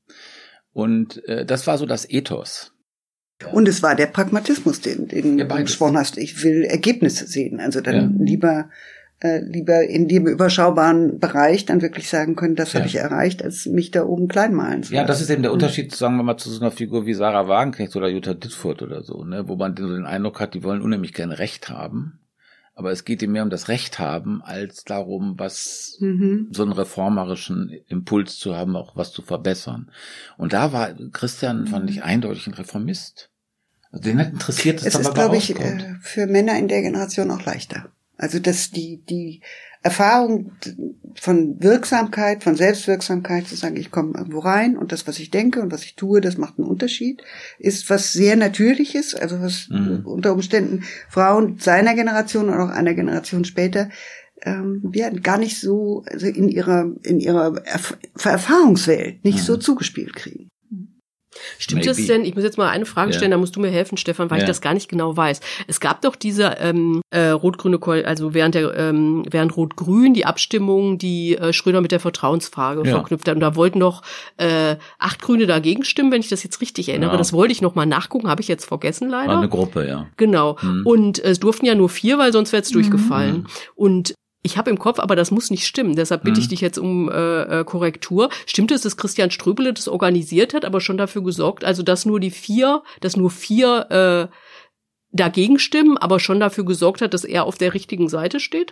Und äh, das war so das Ethos. Und es war der Pragmatismus, den, den ja, du gesprochen hast. Ich will Ergebnisse sehen. Also dann ja. lieber äh, lieber in dem überschaubaren Bereich dann wirklich sagen können, das ja. habe ich erreicht, als mich da oben klein malen zu lassen. Ja, das ist eben der Unterschied, sagen wir mal, zu so einer Figur wie Sarah Wagenknecht oder Jutta Dittfurt oder so, ne, wo man so den Eindruck hat, die wollen unheimlich gerne Recht haben. Aber es geht ihm mehr um das Recht haben, als darum, was mhm. so einen reformerischen Impuls zu haben, auch was zu verbessern. Und da war Christian, fand ich, eindeutig ein Reformist. Also den hat interessiert, dass es da ist, glaube ich, äh, für Männer in der Generation auch leichter. Also dass die die Erfahrung von Wirksamkeit, von Selbstwirksamkeit, zu sagen, ich komme irgendwo rein und das, was ich denke und was ich tue, das macht einen Unterschied, ist was sehr Natürliches, also was mhm. unter Umständen Frauen seiner Generation oder auch einer Generation später ähm, ja, gar nicht so also in ihrer in ihrer Erf- Erfahrungswelt nicht mhm. so zugespielt kriegen. Stimmt Maybe. Das denn? Ich muss jetzt mal eine Frage stellen, ja. da musst du mir helfen, Stefan, weil ja. ich das gar nicht genau weiß. Es gab doch diese ähm, äh, rot-grüne, Ko- also während der ähm, während Rot-Grün die Abstimmung, die äh, Schröder mit der Vertrauensfrage ja. verknüpft hat. Und da wollten noch äh, acht Grüne dagegen stimmen, wenn ich das jetzt richtig erinnere. Ja. Das wollte ich noch mal nachgucken, habe ich jetzt vergessen leider. War eine Gruppe, ja. Genau. Mhm. Und äh, es durften ja nur vier, weil sonst wäre es mhm. durchgefallen. Und ich habe im Kopf, aber das muss nicht stimmen. Deshalb bitte ich dich jetzt um äh, Korrektur. Stimmt es, dass Christian Ströbele das organisiert hat, aber schon dafür gesorgt, also dass nur die vier, dass nur vier äh, dagegen stimmen, aber schon dafür gesorgt hat, dass er auf der richtigen Seite steht?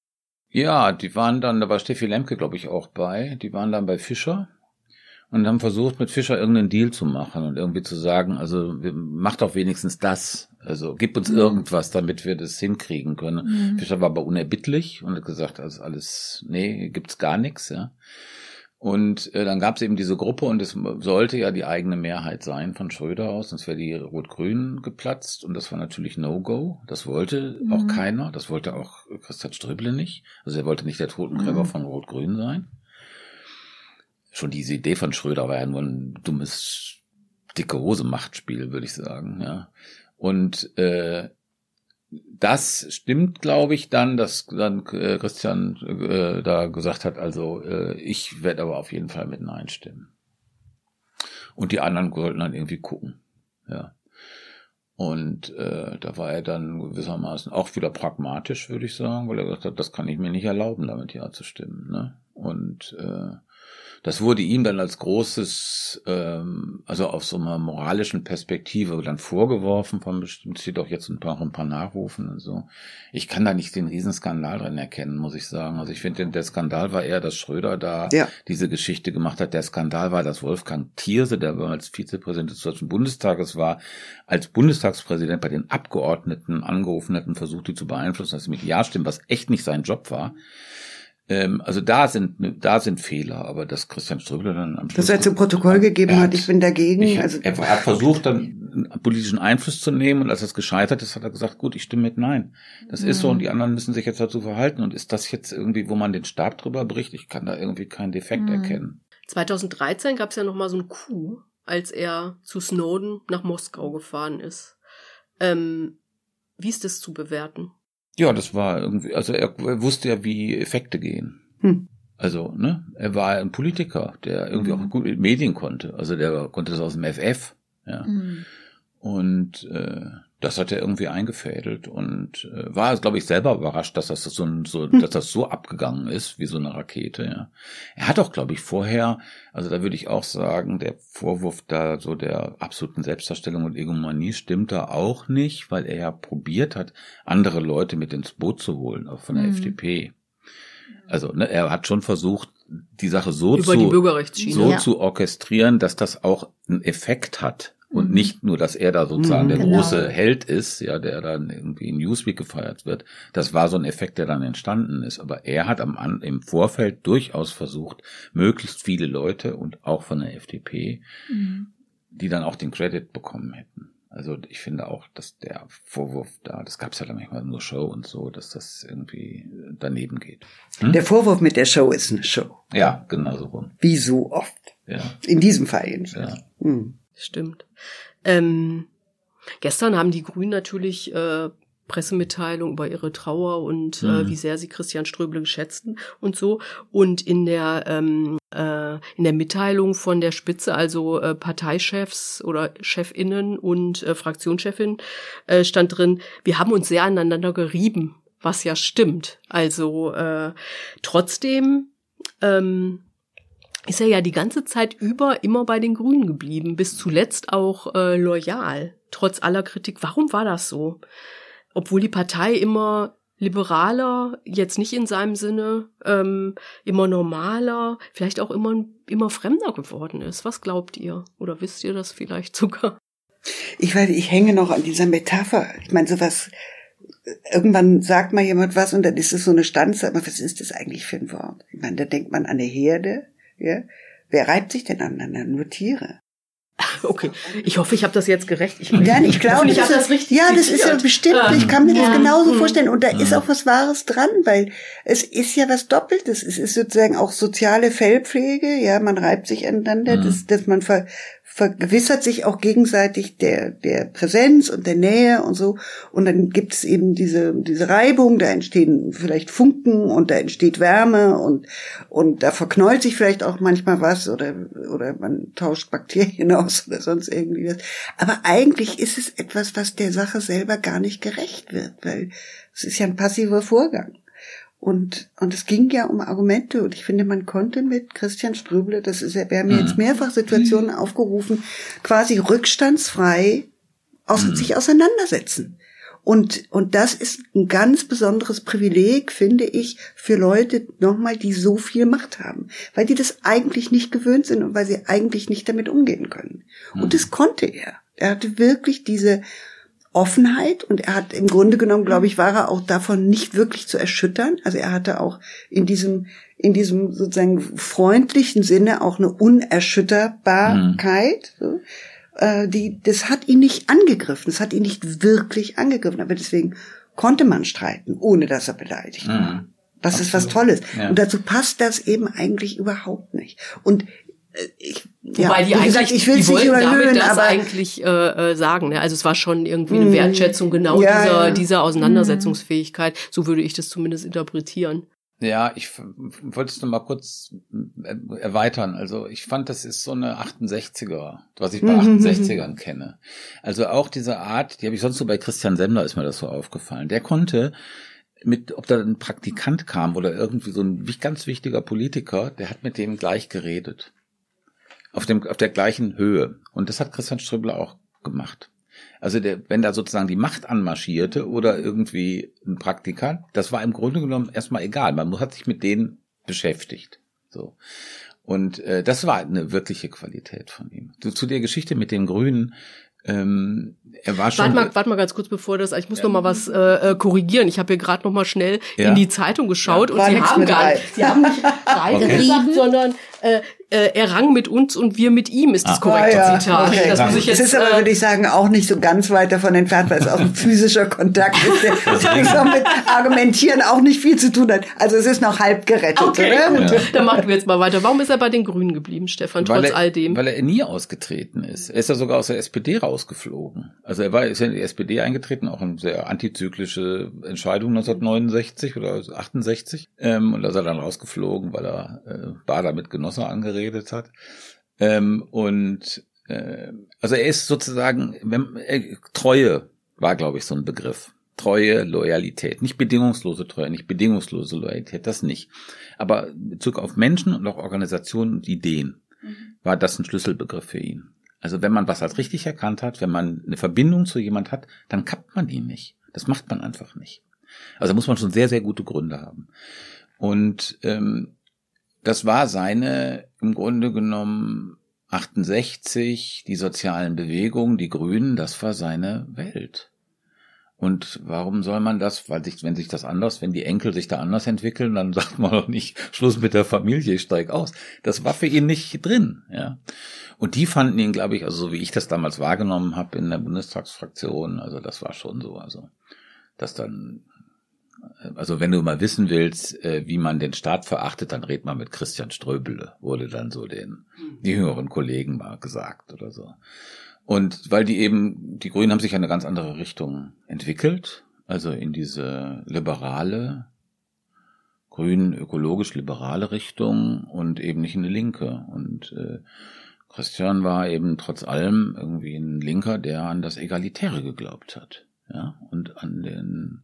Ja, die waren dann, da war Steffi Lemke, glaube ich, auch bei. Die waren dann bei Fischer und haben versucht, mit Fischer irgendeinen Deal zu machen und irgendwie zu sagen, also macht doch wenigstens das. Also gib uns mhm. irgendwas, damit wir das hinkriegen können. Mhm. Fischer war aber unerbittlich und hat gesagt, also alles, nee, gibt's gar nichts, ja. Und äh, dann gab es eben diese Gruppe und es sollte ja die eigene Mehrheit sein von Schröder aus, sonst wäre die Rot-Grün geplatzt und das war natürlich No-Go. Das wollte mhm. auch keiner, das wollte auch Christian Ströbele nicht. Also er wollte nicht der Totengräber mhm. von Rot-Grün sein. Schon diese Idee von Schröder war ja nur ein dummes, dicke Hose-Machtspiel, würde ich sagen, ja. Und äh, das stimmt, glaube ich, dann, dass dann äh, Christian äh, da gesagt hat, also äh, ich werde aber auf jeden Fall mit Nein stimmen. Und die anderen sollten dann irgendwie gucken, ja. Und äh, da war er dann gewissermaßen auch wieder pragmatisch, würde ich sagen, weil er gesagt hat, das kann ich mir nicht erlauben, damit Ja zu stimmen, ne? Und äh, das wurde ihm dann als großes, ähm, also aus so einer moralischen Perspektive dann vorgeworfen von bestimmt, steht auch jetzt ein paar, ein paar Nachrufen und so. Ich kann da nicht den Riesenskandal drin erkennen, muss ich sagen. Also ich finde, der Skandal war eher, dass Schröder da ja. diese Geschichte gemacht hat. Der Skandal war, dass Wolfgang Thierse, der als Vizepräsident des Deutschen Bundestages war, als Bundestagspräsident bei den Abgeordneten angerufen hat und versucht, die zu beeinflussen, dass sie mit Ja stimmen, was echt nicht sein Job war. Ähm, also da sind da sind Fehler, aber dass Christian Ströbele dann am Schluss... Dass er zum Protokoll gegeben hat, ich bin dagegen. Ich, also er hat versucht, dann politischen Einfluss zu nehmen und als es gescheitert ist, hat er gesagt, gut, ich stimme mit Nein. Das mhm. ist so und die anderen müssen sich jetzt dazu verhalten. Und ist das jetzt irgendwie, wo man den Stab drüber bricht? Ich kann da irgendwie keinen Defekt mhm. erkennen. zweitausenddreizehn gab es ja noch mal so ein Coup, als er zu Snowden nach Moskau gefahren ist. Ähm, wie ist das zu bewerten? Ja, das war irgendwie, also er, er wusste ja, wie Effekte gehen. Hm. Also, ne, er war ein Politiker, der irgendwie mhm. auch gut mit Medien konnte. Also der konnte das aus dem F F, ja. Mhm. Und äh, das hat er irgendwie eingefädelt und äh, war, glaube ich, selber überrascht, dass das so, so, dass das so abgegangen ist wie so eine Rakete. Ja. Er hat auch, glaube ich, vorher, also da würde ich auch sagen, der Vorwurf da so der absoluten Selbstdarstellung und Egomanie stimmt da auch nicht, weil er ja probiert hat, andere Leute mit ins Boot zu holen, auch von der mhm. F D P. Also ne, er hat schon versucht, die Sache so, Über zu, die Bürgerrechtsschiene, so ja. zu orchestrieren, dass das auch einen Effekt hat. Und nicht nur, dass er da sozusagen Mhm, der genau. große Held ist, ja, der dann irgendwie in Newsweek gefeiert wird. Das war so ein Effekt, der dann entstanden ist. Aber er hat am, an, im Vorfeld durchaus versucht, möglichst viele Leute und auch von der F D P, mhm. die dann auch den Credit bekommen hätten. Also ich finde auch, dass der Vorwurf da, das gab es ja dann manchmal nur Show und so, dass das irgendwie daneben geht. Hm? Der Vorwurf mit der Show ist eine Show. Ja, genau so rum. Wie so oft. Ja. In diesem Fall jedenfalls. Ja. Hm. Stimmt. Ähm, gestern haben die Grünen natürlich äh, Pressemitteilung über ihre Trauer und mhm. äh, wie sehr sie Christian Ströbele geschätzten und so. Und in der ähm, äh, in der Mitteilung von der Spitze, also äh, Parteichefs oder Chefinnen und äh, Fraktionschefin, äh, stand drin: Wir haben uns sehr aneinander gerieben, was ja stimmt. Also äh, trotzdem ähm, ist er ja die ganze Zeit über immer bei den Grünen geblieben, bis zuletzt auch äh, loyal, trotz aller Kritik. Warum war das so? Obwohl die Partei immer liberaler, jetzt nicht in seinem Sinne, ähm, immer normaler, vielleicht auch immer immer fremder geworden ist. Was glaubt ihr? Oder wisst ihr das vielleicht sogar? Ich weiß, ich hänge noch an dieser Metapher. Ich meine, sowas, irgendwann sagt mal jemand was und dann ist es so eine Stanze, aber was ist das eigentlich für ein Wort? Ich meine, da denkt man an eine Herde. Ja? Wer reibt sich denn aneinander? Nur Tiere. Okay, ich hoffe, ich habe das jetzt gerecht. Ich, Nein, ich glaube, ich das, das richtig ja, das ist ja bestimmt. Ah. Ich kann mir das Ja. genauso Mhm. vorstellen. Und da ist auch was Wahres dran, weil es ist ja was Doppeltes. Es ist sozusagen auch soziale Fellpflege. Ja, man reibt sich aneinander, Mhm. dass, dass man ver, vergewissert sich auch gegenseitig der, der Präsenz und der Nähe und so. Und dann gibt es eben diese, diese Reibung, da entstehen vielleicht Funken und da entsteht Wärme und, und da verknollt sich vielleicht auch manchmal was oder, oder man tauscht Bakterien aus oder sonst irgendwie was. Aber eigentlich ist es etwas, was der Sache selber gar nicht gerecht wird, weil es ist ja ein passiver Vorgang. Und, und es ging ja um Argumente und ich finde, man konnte mit Christian Ströbele, das ist ja, wir haben ja jetzt mehrfach Situationen aufgerufen, quasi rückstandsfrei aus, Mhm. sich auseinandersetzen. Und, und das ist ein ganz besonderes Privileg, finde ich, für Leute nochmal, die so viel Macht haben. Weil die das eigentlich nicht gewöhnt sind und weil sie eigentlich nicht damit umgehen können. Mhm. Und das konnte er. Er hatte wirklich diese Offenheit und er hat im Grunde genommen, glaube ich, war er auch davon nicht wirklich zu erschüttern. Also er hatte auch in diesem, in diesem sozusagen freundlichen Sinne auch eine Unerschütterbarkeit, mhm. so. Die, das hat ihn nicht angegriffen, das hat ihn nicht wirklich angegriffen, aber deswegen konnte man streiten, ohne dass er beleidigt war. Mhm. Das Absolut. Ist was Tolles. Ja. Und dazu passt das eben eigentlich überhaupt nicht. Und äh, ich, Wobei ja, die eigentlich, gesagt, ich will die nicht überhöhen, damit das aber eigentlich äh, äh, sagen. Ne? Also es war schon irgendwie eine Wertschätzung genau ja, dieser, ja. dieser Auseinandersetzungsfähigkeit. So würde ich das zumindest interpretieren. Ja, ich wollte es noch mal kurz erweitern. Also ich fand, das ist so eine achtundsechziger, was ich bei achtundsechzigern kenne. Also auch diese Art, die habe ich sonst so bei Christian Semmler, ist mir das so aufgefallen. Der konnte mit, ob da ein Praktikant kam oder irgendwie so ein ganz wichtiger Politiker, der hat mit dem gleich geredet. Auf dem, auf der gleichen Höhe. Und das hat Christian Ströbele auch gemacht. Also der, wenn da sozusagen die Macht anmarschierte oder irgendwie ein Praktikant, das war im Grunde genommen erstmal egal. Man hat sich mit denen beschäftigt. So. Und äh, das war eine wirkliche Qualität von ihm. Zu, zu der Geschichte mit den Grünen, ähm, er war schon... Warte mal, warte mal ganz kurz, bevor das... Ich muss ja. noch mal was äh, korrigieren. Ich habe hier gerade noch mal schnell ja. in die Zeitung geschaut ja, und sie haben gar nicht, sie haben nicht Reihe okay. gesagt, sondern äh, äh, er rang mit uns und wir mit ihm, ist das ah. korrekte ah, ja. Zitat. Okay. Das muss ich jetzt, es ist aber, äh, würde ich sagen, auch nicht so ganz weit davon entfernt, weil es auch ein physischer Kontakt ist, der so mit Argumentieren auch nicht viel zu tun hat. Also es ist noch halb gerettet, okay, oder? Gut. Ja. Dann machen wir jetzt mal weiter. Warum ist er bei den Grünen geblieben, Stefan, weil trotz er, all dem? Weil er nie ausgetreten ist. Er ist ja sogar aus der S P D rausgeflogen. Also er war ist ja in die S P D eingetreten, auch eine sehr antizyklische Entscheidung neunzehnhundertneunundsechzig oder achtundsechzig. Ähm, und da ist er dann rausgeflogen, weil er äh, Bader mit Genosse angeredet hat. Ähm, und äh, also er ist sozusagen, wenn, äh, Treue war, glaube ich, so ein Begriff. Treue, Loyalität. Nicht bedingungslose Treue, nicht bedingungslose Loyalität, das nicht. Aber in Bezug auf Menschen und auch Organisationen und Ideen mhm. war das ein Schlüsselbegriff für ihn. Also wenn man was als richtig erkannt hat, wenn man eine Verbindung zu jemand hat, dann kappt man ihn nicht. Das macht man einfach nicht. Also da muss man schon sehr, sehr gute Gründe haben. Und ähm, das war seine, im Grunde genommen, achtundsechzig, die sozialen Bewegungen, die Grünen, das war seine Welt. Und warum soll man das, weil sich, wenn sich das anders, wenn die Enkel sich da anders entwickeln, dann sagt man doch nicht, Schluss mit der Familie, ich steig aus. Das war für ihn nicht drin, ja. Und die fanden ihn, glaube ich, also so wie ich das damals wahrgenommen habe in der Bundestagsfraktion, also das war schon so, also dass dann, also wenn du mal wissen willst, wie man den Staat verachtet, dann red mal mit Christian Ströbele, wurde dann so den die jüngeren Kollegen mal gesagt oder so. Und weil die eben, die Grünen haben sich in eine ganz andere Richtung entwickelt, also in diese liberale, grün, ökologisch-liberale Richtung und eben nicht in eine linke. Und äh, Christian war eben trotz allem irgendwie ein Linker, der an das Egalitäre geglaubt hat, ja, und an den,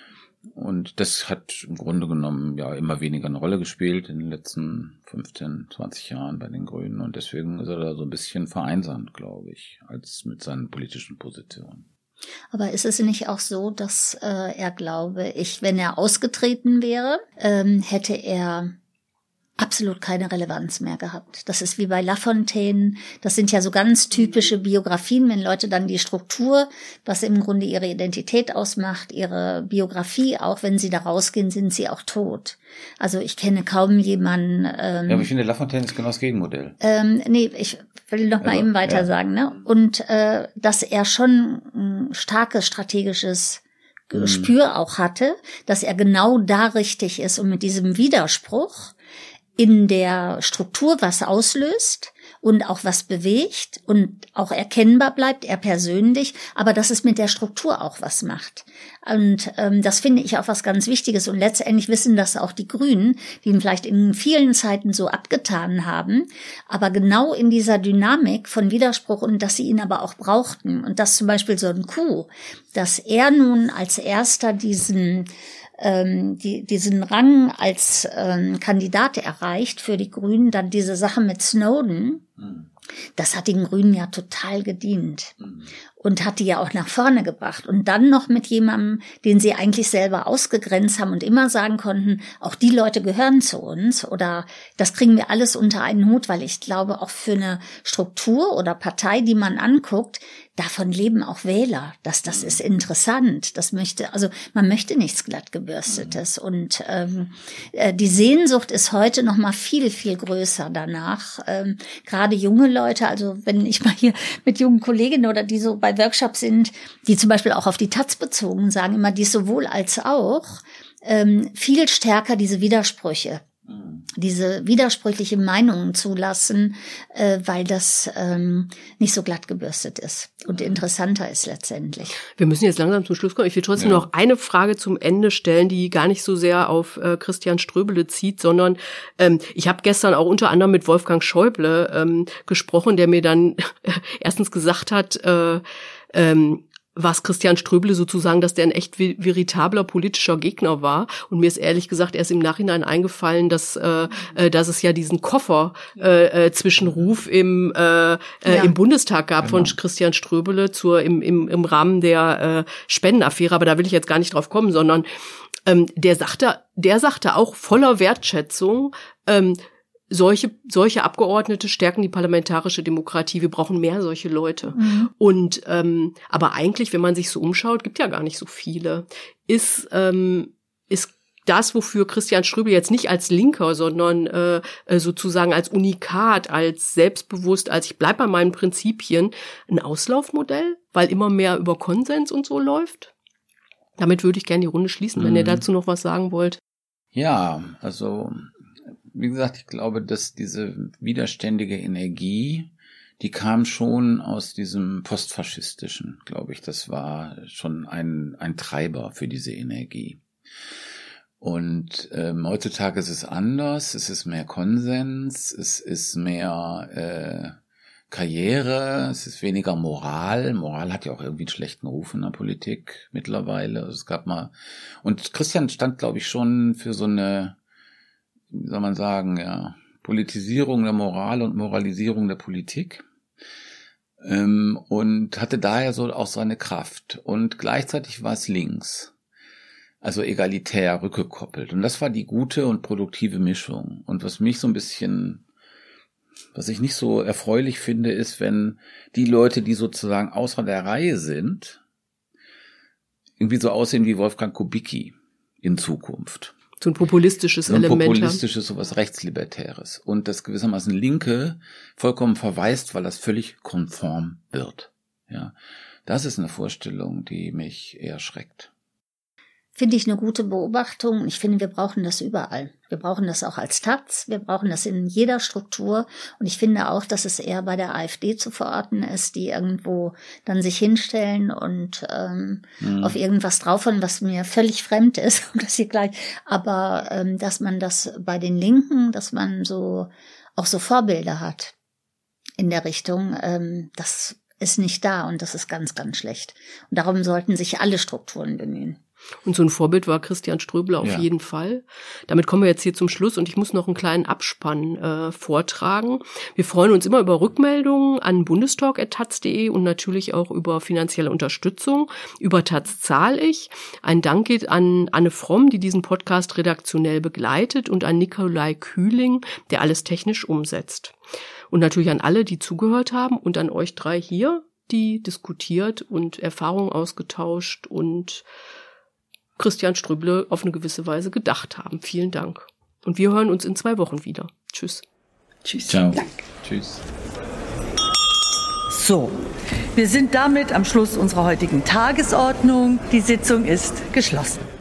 und das hat im Grunde genommen ja immer weniger eine Rolle gespielt in den letzten fünfzehn, zwanzig Jahren bei den Grünen und deswegen ist er da so ein bisschen vereinsamt, glaube ich, als mit seinen politischen Positionen. Aber ist es nicht auch so, dass äh, er, glaube ich, wenn er ausgetreten wäre, ähm, hätte er absolut keine Relevanz mehr gehabt. Das ist wie bei Lafontaine. Das sind ja so ganz typische Biografien, wenn Leute dann die Struktur, was im Grunde ihre Identität ausmacht, ihre Biografie, auch wenn sie da rausgehen, sind sie auch tot. Also ich kenne kaum jemanden. Ähm, ja, aber ich finde, Lafontaine ist genau das Gegenmodell. Ähm, nee, ich will noch mal also, eben weiter ja. sagen. Ne? Und äh, dass er schon ein starkes strategisches Gespür auch hatte, dass er genau da richtig ist und mit diesem Widerspruch in der Struktur was auslöst und auch was bewegt und auch erkennbar bleibt, er persönlich, aber dass es mit der Struktur auch was macht. Und ähm, das finde ich auch was ganz Wichtiges. Und letztendlich wissen das auch die Grünen, die ihn vielleicht in vielen Zeiten so abgetan haben, aber genau in dieser Dynamik von Widerspruch und dass sie ihn aber auch brauchten. Und dass zum Beispiel so ein Coup, dass er nun als erster diesen ähm, die, diesen Rang als ähm, Kandidat erreicht für die Grünen, dann diese Sache mit Snowden, mhm. das hat den Grünen ja total gedient mhm. und hat die ja auch nach vorne gebracht. Und dann noch mit jemandem, den sie eigentlich selber ausgegrenzt haben und immer sagen konnten, auch die Leute gehören zu uns oder das kriegen wir alles unter einen Hut, weil ich glaube, auch für eine Struktur oder Partei, die man anguckt, davon leben auch Wähler. Das, das ist interessant. Das möchte, also man möchte nichts glattgebürstetes. Und ähm, die Sehnsucht ist heute noch mal viel, viel größer danach. Ähm, gerade junge Leute, also wenn ich mal hier mit jungen Kolleginnen oder die so bei Workshops sind, die zum Beispiel auch auf die Taz bezogen, sagen immer dies sowohl als auch, ähm, viel stärker diese Widersprüche. diese widersprüchliche Meinungen zulassen, äh, weil das ähm, nicht so glatt gebürstet ist und interessanter ist letztendlich. Wir müssen jetzt langsam zum Schluss kommen. Ich will trotzdem ja. noch eine Frage zum Ende stellen, die gar nicht so sehr auf äh, Christian Ströbele zieht, sondern ähm, ich habe gestern auch unter anderem mit Wolfgang Schäuble ähm, gesprochen, der mir dann äh, erstens gesagt hat, äh, ähm, was Christian Ströbele sozusagen, dass der ein echt veritabler politischer Gegner war. Und mir ist ehrlich gesagt erst im Nachhinein eingefallen, dass äh, dass es ja diesen Koffer äh, Zwischenruf im äh, ja. im Bundestag gab genau. von Christian Ströbele zur im im im Rahmen der äh, Spendenaffäre. Aber da will ich jetzt gar nicht drauf kommen, sondern ähm, der sagte, der sagte auch voller Wertschätzung, ähm, Solche, solche Abgeordnete stärken die parlamentarische Demokratie. Wir brauchen mehr solche Leute. Mhm. Und ähm, aber eigentlich, wenn man sich so umschaut, gibt ja gar nicht so viele. Ist ähm, ist das, wofür Christian Ströbele jetzt nicht als Linker, sondern äh, sozusagen als Unikat, als selbstbewusst, als ich bleib bei meinen Prinzipien, ein Auslaufmodell, weil immer mehr über Konsens und so läuft? Damit würde ich gerne die Runde schließen, mhm. wenn ihr dazu noch was sagen wollt. Ja, also wie gesagt, ich glaube, dass diese widerständige Energie, die kam schon aus diesem Postfaschistischen, glaube ich. Das war schon ein ein Treiber für diese Energie. Und ähm, heutzutage ist es anders, es ist mehr Konsens, es ist mehr äh, Karriere, es ist weniger Moral. Moral hat ja auch irgendwie einen schlechten Ruf in der Politik mittlerweile. Also es gab mal, und Christian stand, glaube ich, schon für so eine, wie soll man sagen, ja, Politisierung der Moral und Moralisierung der Politik. Ähm, und hatte daher so auch seine Kraft. Und gleichzeitig war es links. Also egalitär rückgekoppelt. Und das war die gute und produktive Mischung. Und was mich so ein bisschen, was ich nicht so erfreulich finde, ist, wenn die Leute, die sozusagen außer der Reihe sind, irgendwie so aussehen wie Wolfgang Kubicki in Zukunft. So ein populistisches so ein Element. populistisches, sowas Rechtslibertäres. Und das gewissermaßen Linke vollkommen verweist, weil das völlig konform wird. Ja, das ist eine Vorstellung, die mich eher schreckt. Finde ich eine gute Beobachtung. Ich finde, wir brauchen das überall. Wir brauchen das auch als Taz. Wir brauchen das in jeder Struktur. Und ich finde auch, dass es eher bei der AfD zu verorten ist, die irgendwo dann sich hinstellen und ähm, mhm. auf irgendwas draufhauen, was mir völlig fremd ist. Und das hier gleich. Aber ähm, dass man das bei den Linken, dass man so auch so Vorbilder hat in der Richtung, ähm, das ist nicht da und das ist ganz, ganz schlecht. Und darum sollten sich alle Strukturen bemühen. Und so ein Vorbild war Christian Ströbele auf ja. jeden Fall. Damit kommen wir jetzt hier zum Schluss und ich muss noch einen kleinen Abspann äh, vortragen. Wir freuen uns immer über Rückmeldungen an bundestalk at taz punkt de und natürlich auch über finanzielle Unterstützung. Über Taz zahl ich. Ein Dank geht an Anne Fromm, die diesen Podcast redaktionell begleitet, und an Nikolai Kühling, der alles technisch umsetzt. Und natürlich an alle, die zugehört haben, und an euch drei hier, die diskutiert und Erfahrungen ausgetauscht und Christian Ströbele auf eine gewisse Weise gedacht haben. Vielen Dank. Und wir hören uns in zwei Wochen wieder. Tschüss. Tschüss. Ciao. Dank. Tschüss. So, wir sind damit am Schluss unserer heutigen Tagesordnung. Die Sitzung ist geschlossen.